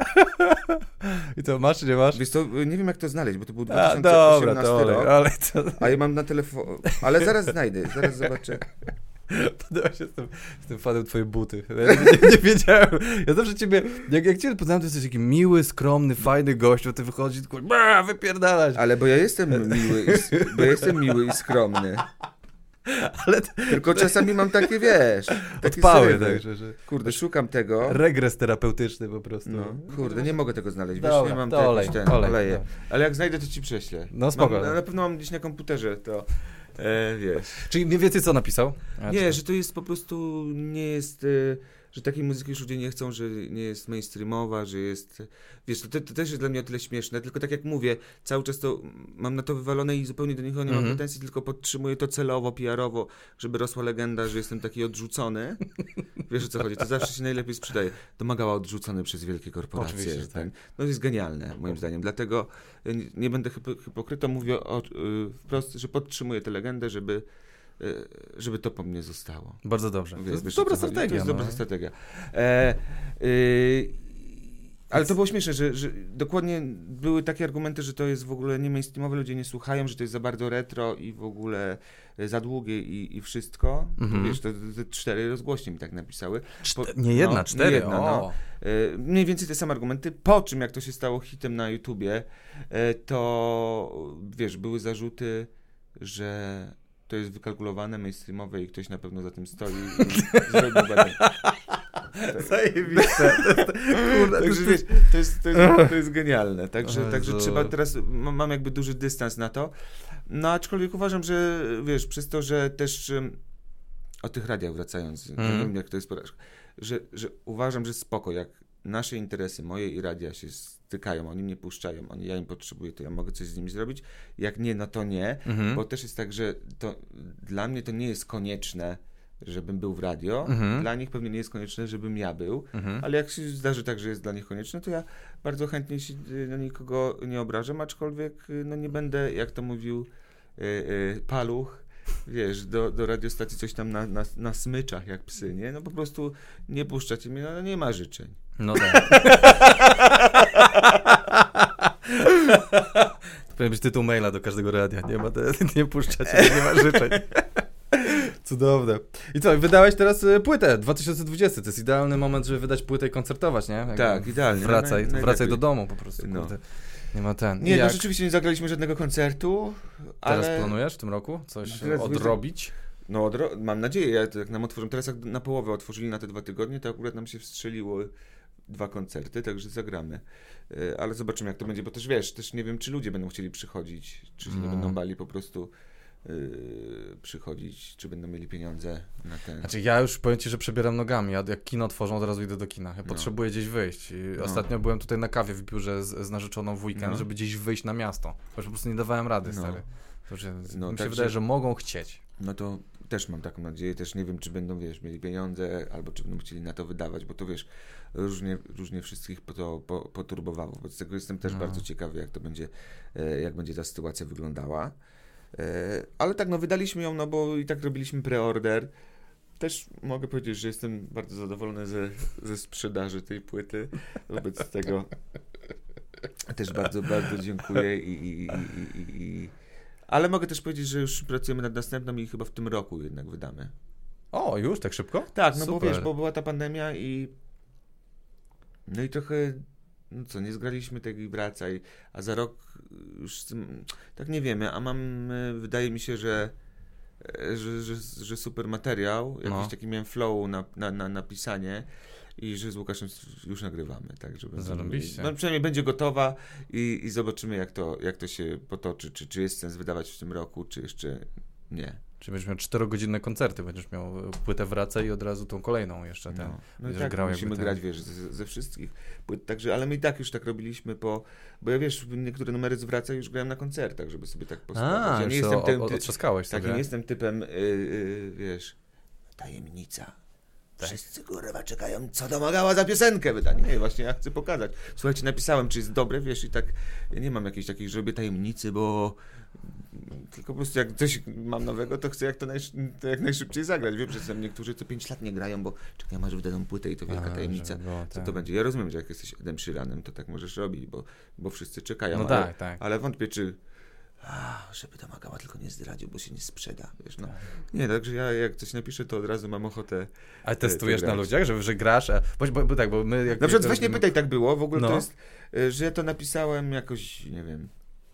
S1: I to masz, czy nie masz?
S2: Wiesz to, nie wiem jak to znaleźć, bo to był dwa
S1: A,
S2: tysiące
S1: dobra,
S2: osiemnasty
S1: to olej,
S2: rok,
S1: ale to...
S2: a ja mam na telefonie, ale zaraz znajdę, zaraz zobaczę.
S1: Podoba się, jestem, jestem fanem twojej buty. Ja nie, nie, nie wiedziałem. Ja zawsze ciebie, jak, jak cię poznałem, to jesteś taki miły, skromny, fajny gościu, ty wychodzisz tylko bra, wypierdalać.
S2: Ale bo ja jestem miły, i, s- bo ja jestem miły i skromny.
S1: Ale t-
S2: Tylko czasami mam takie, wiesz, takie
S1: odpały,
S2: zrywy.
S1: tak, że, że
S2: Kurde, szukam tego.
S1: regres terapeutyczny po prostu.
S2: No, kurde, nie mogę tego znaleźć, wiesz,
S1: Dobra,
S2: nie mam
S1: to
S2: to
S1: olej,
S2: jakiś ten,
S1: olej,
S2: oleje.
S1: no.
S2: Ale jak znajdę, to ci prześlę.
S1: No, spoko.
S2: Mam, na pewno mam gdzieś na komputerze to, e, wiesz.
S1: Czyli mniej więcej co napisał? A,
S2: Nie,
S1: czy-
S2: że to jest po prostu, nie jest, y, że takiej muzyki już ludzie nie chcą, że nie jest mainstreamowa, że jest, wiesz, to, te- to też jest dla mnie o tyle śmieszne, tylko tak jak mówię, cały czas to mam na to wywalone i zupełnie do nikogo nie mam
S1: Mhm.
S2: pretensji, tylko podtrzymuję to celowo, P R owo, żeby rosła legenda, że jestem taki odrzucony. Wiesz o co chodzi, to zawsze się najlepiej sprzedaje. Domagała odrzucony przez wielkie korporacje.
S1: Oczywiście, że tak.
S2: ten. No to jest genialne, moim zdaniem, dlatego ja nie, nie będę hypo, hipokrytą, mówię o, y, wprost, że podtrzymuję tę legendę, żeby y, żeby to po mnie zostało.
S1: Bardzo dobrze.
S2: Wiesz,
S1: To jest
S2: wiesz,
S1: dobra
S2: o co chodzi.
S1: strategia.
S2: To jest
S1: no.
S2: dobra strategia. E, y, ale to było śmieszne, że, że dokładnie były takie argumenty, że to jest w ogóle nie mainstreamowe, ludzie nie słuchają, że to jest za bardzo retro i w ogóle za długie i, i wszystko.
S1: Mhm.
S2: To wiesz, to, te cztery rozgłośnie mi tak napisały. Po-
S1: Nie jedna,
S2: no,
S1: cztery.
S2: Nie jedna,
S1: o.
S2: no. E, mniej więcej te same argumenty. Po czym, jak to się stało hitem na YouTubie, e, to wiesz, były zarzuty, że to jest wykalkulowane, mainstreamowe i ktoś na pewno za tym stoi i zrobił badanie.
S1: Zajebiste. Kurde,
S2: Także
S1: to
S2: wiesz,
S1: jest...
S2: to jest, to jest, to jest genialne. Także,
S1: Jezu.
S2: także trzeba teraz, mam mam jakby duży dystans na to. No aczkolwiek uważam, że wiesz, przez to, że też um, o tych radiach wracając,
S1: Mm.
S2: nie wiem jak to jest porażka, że, że uważam, że spoko, jak nasze interesy, moje i radia się stykają, oni mnie puszczają, oni, ja im potrzebuję, to ja mogę coś z nimi zrobić. Jak nie, no to nie,
S1: Mhm.
S2: bo też jest tak, że to dla mnie to nie jest konieczne, żebym był w radio.
S1: Mhm.
S2: Dla nich pewnie nie jest konieczne, żebym ja był.
S1: Mhm.
S2: Ale jak się zdarzy tak, że jest dla nich konieczne, to ja bardzo chętnie się y, na nikogo nie obrażam, aczkolwiek y, no nie będę, jak to mówił y, y, Paluch, wiesz, do, do radiostacji coś tam na, na, na smyczach jak psy, nie? No po prostu nie puszczacie mnie, no nie ma życzeń.
S1: No tak. To powinien być tytuł maila do każdego radia. Nie ma, te, nie puszczacie, nie ma życzeń. Cudowne. I co, wydałeś teraz płytę dwa tysiące dwudziesty. To jest idealny moment, żeby wydać płytę i koncertować, nie? Jak
S2: tak, idealnie.
S1: Wracaj,
S2: no,
S1: wracaj do domu po prostu. No. Nie ma ten.
S2: Nie, no rzeczywiście nie zagraliśmy żadnego koncertu, ale...
S1: Teraz planujesz w tym roku coś teraz odrobić?
S2: No, odro... mam nadzieję, ja jak nam otworzą, teraz jak na połowę otworzyli na te dwa tygodnie, to akurat nam się wstrzeliło dwa koncerty, także zagramy. Ale zobaczymy, jak to będzie, bo też wiesz, też nie wiem, czy ludzie będą chcieli przychodzić, czy się mm. nie będą bali po prostu yy, przychodzić, czy będą mieli pieniądze na ten...
S1: Znaczy ja już powiem Ci, że przebieram nogami, ja jak kino otworzą, od razu idę do kina. Ja no. potrzebuję gdzieś wyjść. I no. Ostatnio byłem tutaj na kawie w biurze z, z narzeczoną w weekend, no. żeby gdzieś wyjść na miasto. Bo po prostu nie dawałem rady, no. stary. To, że, no, mi się tak, wydaje, że... że mogą chcieć.
S2: No to też mam taką nadzieję, też nie wiem, czy będą, wiesz, mieli pieniądze, albo czy będą chcieli na to wydawać, bo to, wiesz, różnie, różnie wszystkich to po, poturbowało. Wobec tego jestem też no. bardzo ciekawy, jak to będzie, jak będzie ta sytuacja wyglądała. Ale tak, no wydaliśmy ją, no bo i tak robiliśmy preorder. Też mogę powiedzieć, że jestem bardzo zadowolony ze, ze sprzedaży tej płyty. Wobec tego też bardzo, bardzo dziękuję i, i, i, i, i ale mogę też powiedzieć, że już pracujemy nad następną i chyba w tym roku jednak wydamy.
S1: O, już? Tak szybko?
S2: Tak, no Super. bo wiesz, bo była ta pandemia i no i trochę, no co, nie zgraliśmy tego i wracaj, a za rok już z tym, tak nie wiemy, a mam, wydaje mi się, że że, że, że super materiał, jakiś no. taki miałem flow na, na, na, na pisanie i że z Łukaszem już nagrywamy, tak, żeby no, przynajmniej będzie gotowa i, i zobaczymy, jak to, jak to się potoczy, czy, czy jest sens wydawać w tym roku, czy jeszcze nie.
S1: Czyli będziesz miał czterogodzinne koncerty, będziesz miał płytę Wracaj i od razu tą kolejną jeszcze. Ten,
S2: no, no i tak, grał musimy grać, wiesz, ze, ze wszystkich płyt, także, ale my i tak już tak robiliśmy, po, bo ja wiesz, niektóre numery z Wracaj już grałem na koncertach, żeby sobie tak postawić. Ja nie jestem
S1: tym, ty, otrzaskałeś
S2: tak,
S1: sobie.
S2: nie jestem typem, yy, yy, wiesz, tajemnica. Tak. Wszyscy kurwa czekają, co domagała za piosenkę wydanie. Nie, właśnie ja chcę pokazać. Słuchajcie, napisałem, czy jest dobre, wiesz, i tak ja nie mam jakiejś takiej, że robię tajemnicy, bo tylko po prostu jak coś mam nowego, to chcę jak to, najsz... to jak najszybciej zagrać. Wiem, że są niektórzy co pięć lat nie grają, bo czekaj, masz wydaną płytę i to wielka A, tajemnica. Było, co tak. to będzie? Ja rozumiem, że jak jesteś Edem Sheeranem, to tak możesz robić, bo, bo wszyscy czekają.
S1: No
S2: ale,
S1: tak, tak.
S2: ale wątpię, czy A, żeby domagała tylko nie zdradził, bo się nie sprzeda, wiesz, no. Nie, także ja jak coś napiszę, to od razu mam ochotę.
S1: Ale testujesz na ludziach, że, że grasz, a... bo, bo, bo tak, bo my... Jak
S2: na przykład weź nie pytaj, tak było, w ogóle no. to jest, że ja to napisałem jakoś, nie wiem,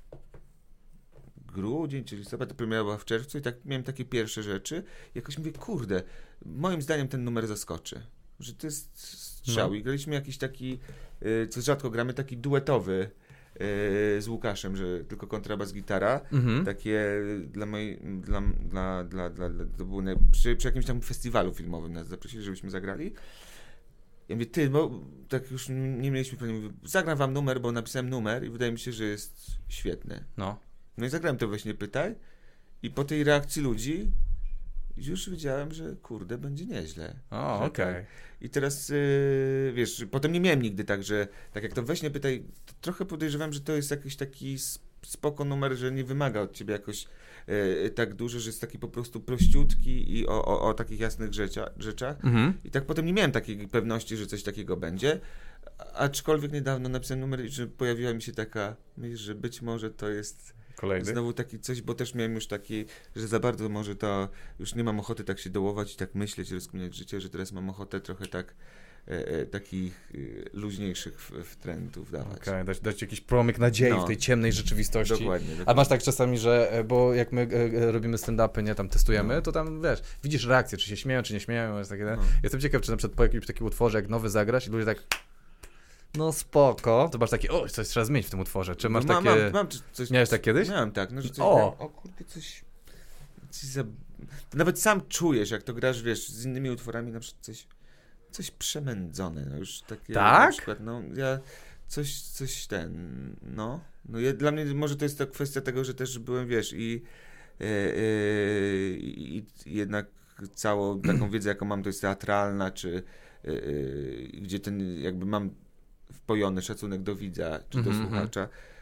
S2: grudzień, czy listopad, to premiera była w czerwcu i tak miałem takie pierwsze rzeczy. Jakoś mówię, kurde, moim zdaniem ten numer zaskoczy, że to jest strzał. No. I graliśmy jakiś taki, co rzadko gramy, taki duetowy z Łukaszem, że tylko kontrabas, gitara, mhm. takie dla mojej, dla, dla, dla, dla, to było na, przy, przy jakimś tam festiwalu filmowym nas zaprosili, żebyśmy zagrali. Ja mówię, ty, bo tak już nie mieliśmy planu, mówię, zagram wam numer, bo napisałem numer i wydaje mi się, że jest świetny.
S1: No.
S2: No i zagrałem to Weź nie pytaj i po tej reakcji ludzi już wiedziałem, że kurde, będzie nieźle.
S1: O, okej. Okay.
S2: I teraz, yy, wiesz, potem nie miałem nigdy tak, że tak jak to Weź nie pytaj, to trochę podejrzewam, że to jest jakiś taki spoko numer, że nie wymaga od ciebie jakoś yy, tak dużo, że jest taki po prostu prościutki i o, o, o takich jasnych rzecia, rzeczach. Mhm. I tak potem nie miałem takiej pewności, że coś takiego będzie. Aczkolwiek niedawno napisałem numer, że pojawiła mi się taka myśl, że być może to jest
S1: Kolejny?
S2: Znowu taki coś, bo też miałem już taki, że za bardzo może to, już nie mam ochoty tak się dołować i tak myśleć, rozkminiać życie, że teraz mam ochotę trochę tak e, e, takich e, luźniejszych w, w trendów dawać.
S1: Okej, okay, dać, dać jakiś promyk nadziei no. w tej ciemnej rzeczywistości.
S2: Dokładnie, dokładnie.
S1: A masz tak czasami, że, bo jak my e, robimy stand-upy, nie, tam testujemy, no. to tam, wiesz, widzisz reakcję, czy się śmieją, czy nie śmieją, jest takie, no. Jestem ciekaw, czy na przykład po jakimś takim utworze, jak nowy zagrasz i ludzie tak no spoko, to masz takie, o, coś trzeba zmienić w tym utworze, czy masz
S2: no,
S1: takie...
S2: Mam, mam coś...
S1: Miałeś tak kiedyś?
S2: Miałem tak, no, że coś
S1: o.
S2: tak, o kurde, coś... coś za... Nawet sam czujesz, jak to grasz, wiesz, z innymi utworami, na przykład coś, coś przemędzone, no już takie...
S1: Tak?
S2: Na przykład, no, ja coś, coś ten, no, no ja, dla mnie może to jest ta kwestia tego, że też byłem, wiesz, i, yy, yy, i jednak całą taką wiedzę, jaką mam, to jest teatralna, czy yy, gdzie ten, jakby mam wpojony szacunek do widza, czy do mm-hmm. słuchacza,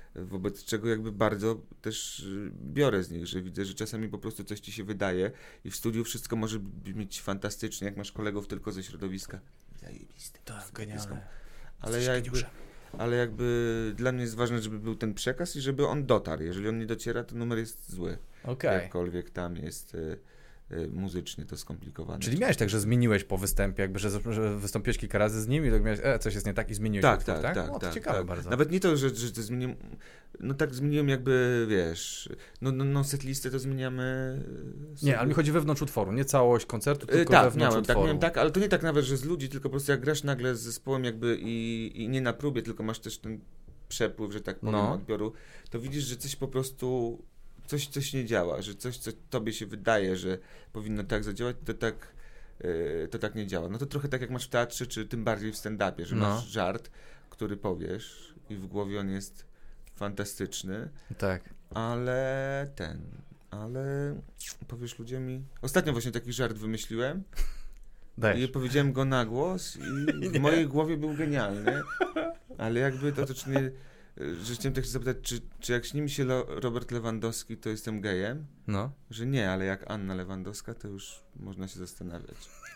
S2: wobec czego jakby bardzo też biorę z nich, że widzę, że czasami po prostu coś ci się wydaje i w studiu wszystko może brzmieć fantastycznie, jak masz kolegów tylko ze środowiska. Zajebiste.
S1: Tak, genialne.
S2: Ale ja jakby, ale jakby dla mnie jest ważne, żeby był ten przekaz i żeby on dotarł. Jeżeli on nie dociera, to numer jest zły.
S1: Okay.
S2: Jakkolwiek tam jest y, y, muzycznie to skomplikowane.
S1: Czyli miałeś tak, że zmieniłeś po występie, jakby, że, że wystąpiłeś kilka razy z nim i tak miałeś, e, coś jest nie tak i zmieniłeś
S2: tak,
S1: utwór,
S2: tak,
S1: tak?
S2: tak,
S1: O, to
S2: tak,
S1: ciekawe
S2: tak.
S1: bardzo.
S2: Nawet nie to, że, że to zmieniłem, no tak zmieniłem jakby, wiesz, no, no, no setlistę to zmieniamy sobie.
S1: Nie, ale mi chodzi wewnątrz utworu, nie całość koncertu, tylko
S2: yy, tak,
S1: wewnątrz
S2: miałem,
S1: utworu.
S2: Tak, miałem tak, ale to nie tak nawet, że z ludzi, tylko po prostu jak grasz nagle z zespołem jakby i, i nie na próbie, tylko masz też ten przepływ, że tak powiem,
S1: no.
S2: odbioru, to widzisz, że coś po prostu, coś, coś nie działa, że coś, co tobie się wydaje, że powinno tak zadziałać, to tak, yy, to tak nie działa. No to trochę tak jak masz w teatrze, czy tym bardziej w stand-upie, że
S1: no.
S2: masz żart, który powiesz i w głowie on jest fantastyczny,
S1: tak.
S2: ale ten, ale powiesz ludziom i... Ostatnio właśnie taki żart wymyśliłem
S1: Dajesz.
S2: i powiedziałem go na głos i w mojej głowie był genialny, ale jakby to, to czy nie... Że chciałem tak się zapytać, czy, czy jak śni mi się Lo- Robert Lewandowski, to jestem gejem?
S1: No.
S2: Że nie, ale jak Anna Lewandowska, to już można się zastanawiać.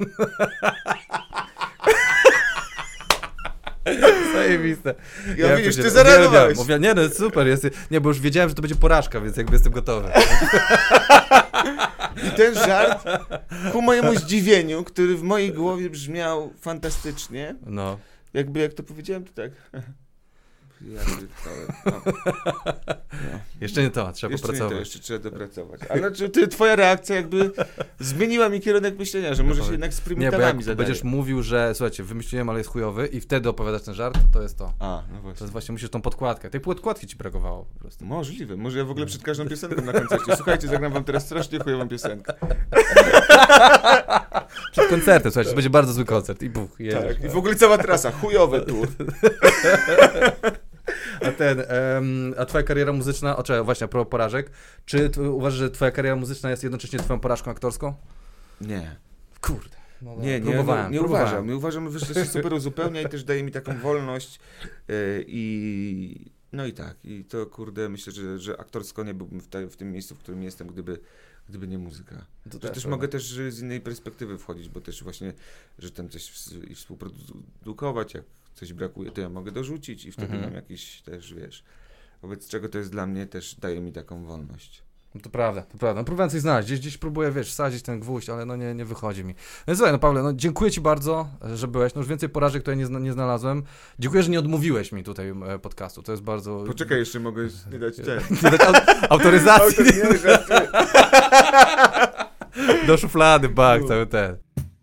S1: Zajebiste.
S2: Ja, ja widzisz,
S1: ty
S2: zareagowałeś.
S1: Nie, no super, jest, nie, bo już wiedziałem, że to będzie porażka, więc jakby jestem gotowy.
S2: I ten żart, ku mojemu zdziwieniu, który w mojej głowie brzmiał fantastycznie,
S1: no.
S2: jakby jak to powiedziałem, to tak... Ja no. No.
S1: Jeszcze nie to, trzeba
S2: jeszcze
S1: popracować.
S2: Nie to, jeszcze trzeba dopracować. Ale czy ty, twoja reakcja jakby zmieniła mi kierunek myślenia, że może się jednak z prymitywami
S1: Nie, bo jak
S2: zadaje.
S1: będziesz mówił, że słuchajcie, wymyśliłem, ale jest chujowy i wtedy opowiadasz ten żart, to jest to.
S2: A, no właśnie.
S1: To jest właśnie, musisz tą podkładkę. Tej podkładki ci brakowało po prostu.
S2: Możliwe. Może ja w ogóle przed każdą piosenką na koncercie. Słuchajcie, zagram wam teraz strasznie chujową piosenkę.
S1: Przed koncertem, słuchajcie, to będzie bardzo zły koncert i buch.
S2: Tak. I w ogóle cała trasa, chujowy tour.
S1: A ten, um, a twoja kariera muzyczna, o czekaj, właśnie, a propos porażek, czy t- uważasz, że twoja kariera muzyczna jest jednocześnie twoją porażką aktorską?
S2: Nie.
S1: Kurde. No,
S2: nie, nie,
S1: próbowałem,
S2: nie, nie
S1: próbowałem.
S2: uważam. Nie uważam, że to się super uzupełnia i też daje mi taką wolność yy, i no i tak. I to kurde, myślę, że, że aktorsko nie byłbym w, te, w tym miejscu, w którym jestem, gdyby, gdyby nie muzyka. To też, też mogę też z innej perspektywy wchodzić, bo też właśnie, że tam coś w, i współprodukować, jak coś brakuje, to ja mogę dorzucić i wtedy
S1: mhm.
S2: mam jakiś też, wiesz, wobec czego to jest dla mnie też daje mi taką wolność.
S1: No to prawda, to prawda. No próbowałem coś znaleźć, gdzieś, gdzieś próbuję, wiesz, wsadzić ten gwóźdź, ale no nie, nie wychodzi mi. No słuchaj, no Pawle, no dziękuję ci bardzo, że byłeś, no już więcej porażek tutaj nie, zna, nie znalazłem. Dziękuję, że nie odmówiłeś mi tutaj e, podcastu, to jest bardzo...
S2: Poczekaj, jeszcze mogę nie dać ten.
S1: Nie dać au- autoryzacji.
S2: Autor, nie,
S1: do szuflady, bak, cały ten.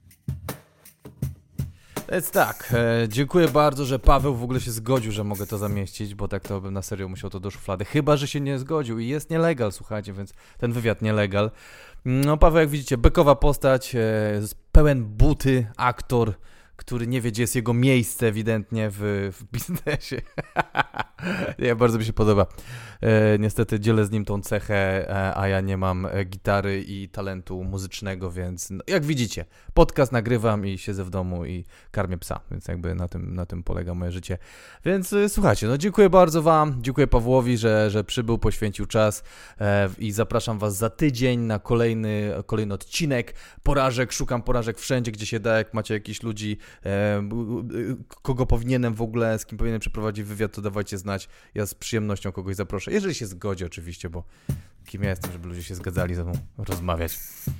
S1: Więc tak, e, dziękuję bardzo, że Paweł w ogóle się zgodził, że mogę to zamieścić, bo tak to bym na serio musiał to do szuflady. Chyba że się nie zgodził i jest nielegal, słuchajcie, więc ten wywiad nielegal. No Paweł, jak widzicie, bekowa postać, e, pełen buty, aktor, który nie wie, gdzie jest jego miejsce ewidentnie w, w biznesie. Nie, bardzo mi się podoba. E, niestety dzielę z nim tą cechę, e, a ja nie mam e, gitary i talentu muzycznego, więc no, jak widzicie, podcast nagrywam i siedzę w domu i karmię psa, więc jakby na tym, na tym polega moje życie. Więc e, słuchajcie, no dziękuję bardzo wam, dziękuję Pawłowi, że, że przybył, poświęcił czas e, i zapraszam was za tydzień na kolejny, kolejny odcinek porażek. Szukam porażek wszędzie, gdzie się da, jak macie jakichś ludzi, e, kogo powinienem w ogóle, z kim powinienem przeprowadzić wywiad, to dawajcie znać. Ja z przyjemnością kogoś zaproszę. Jeżeli się zgodzi oczywiście, bo kim ja jestem, żeby ludzie się zgadzali ze mną rozmawiać.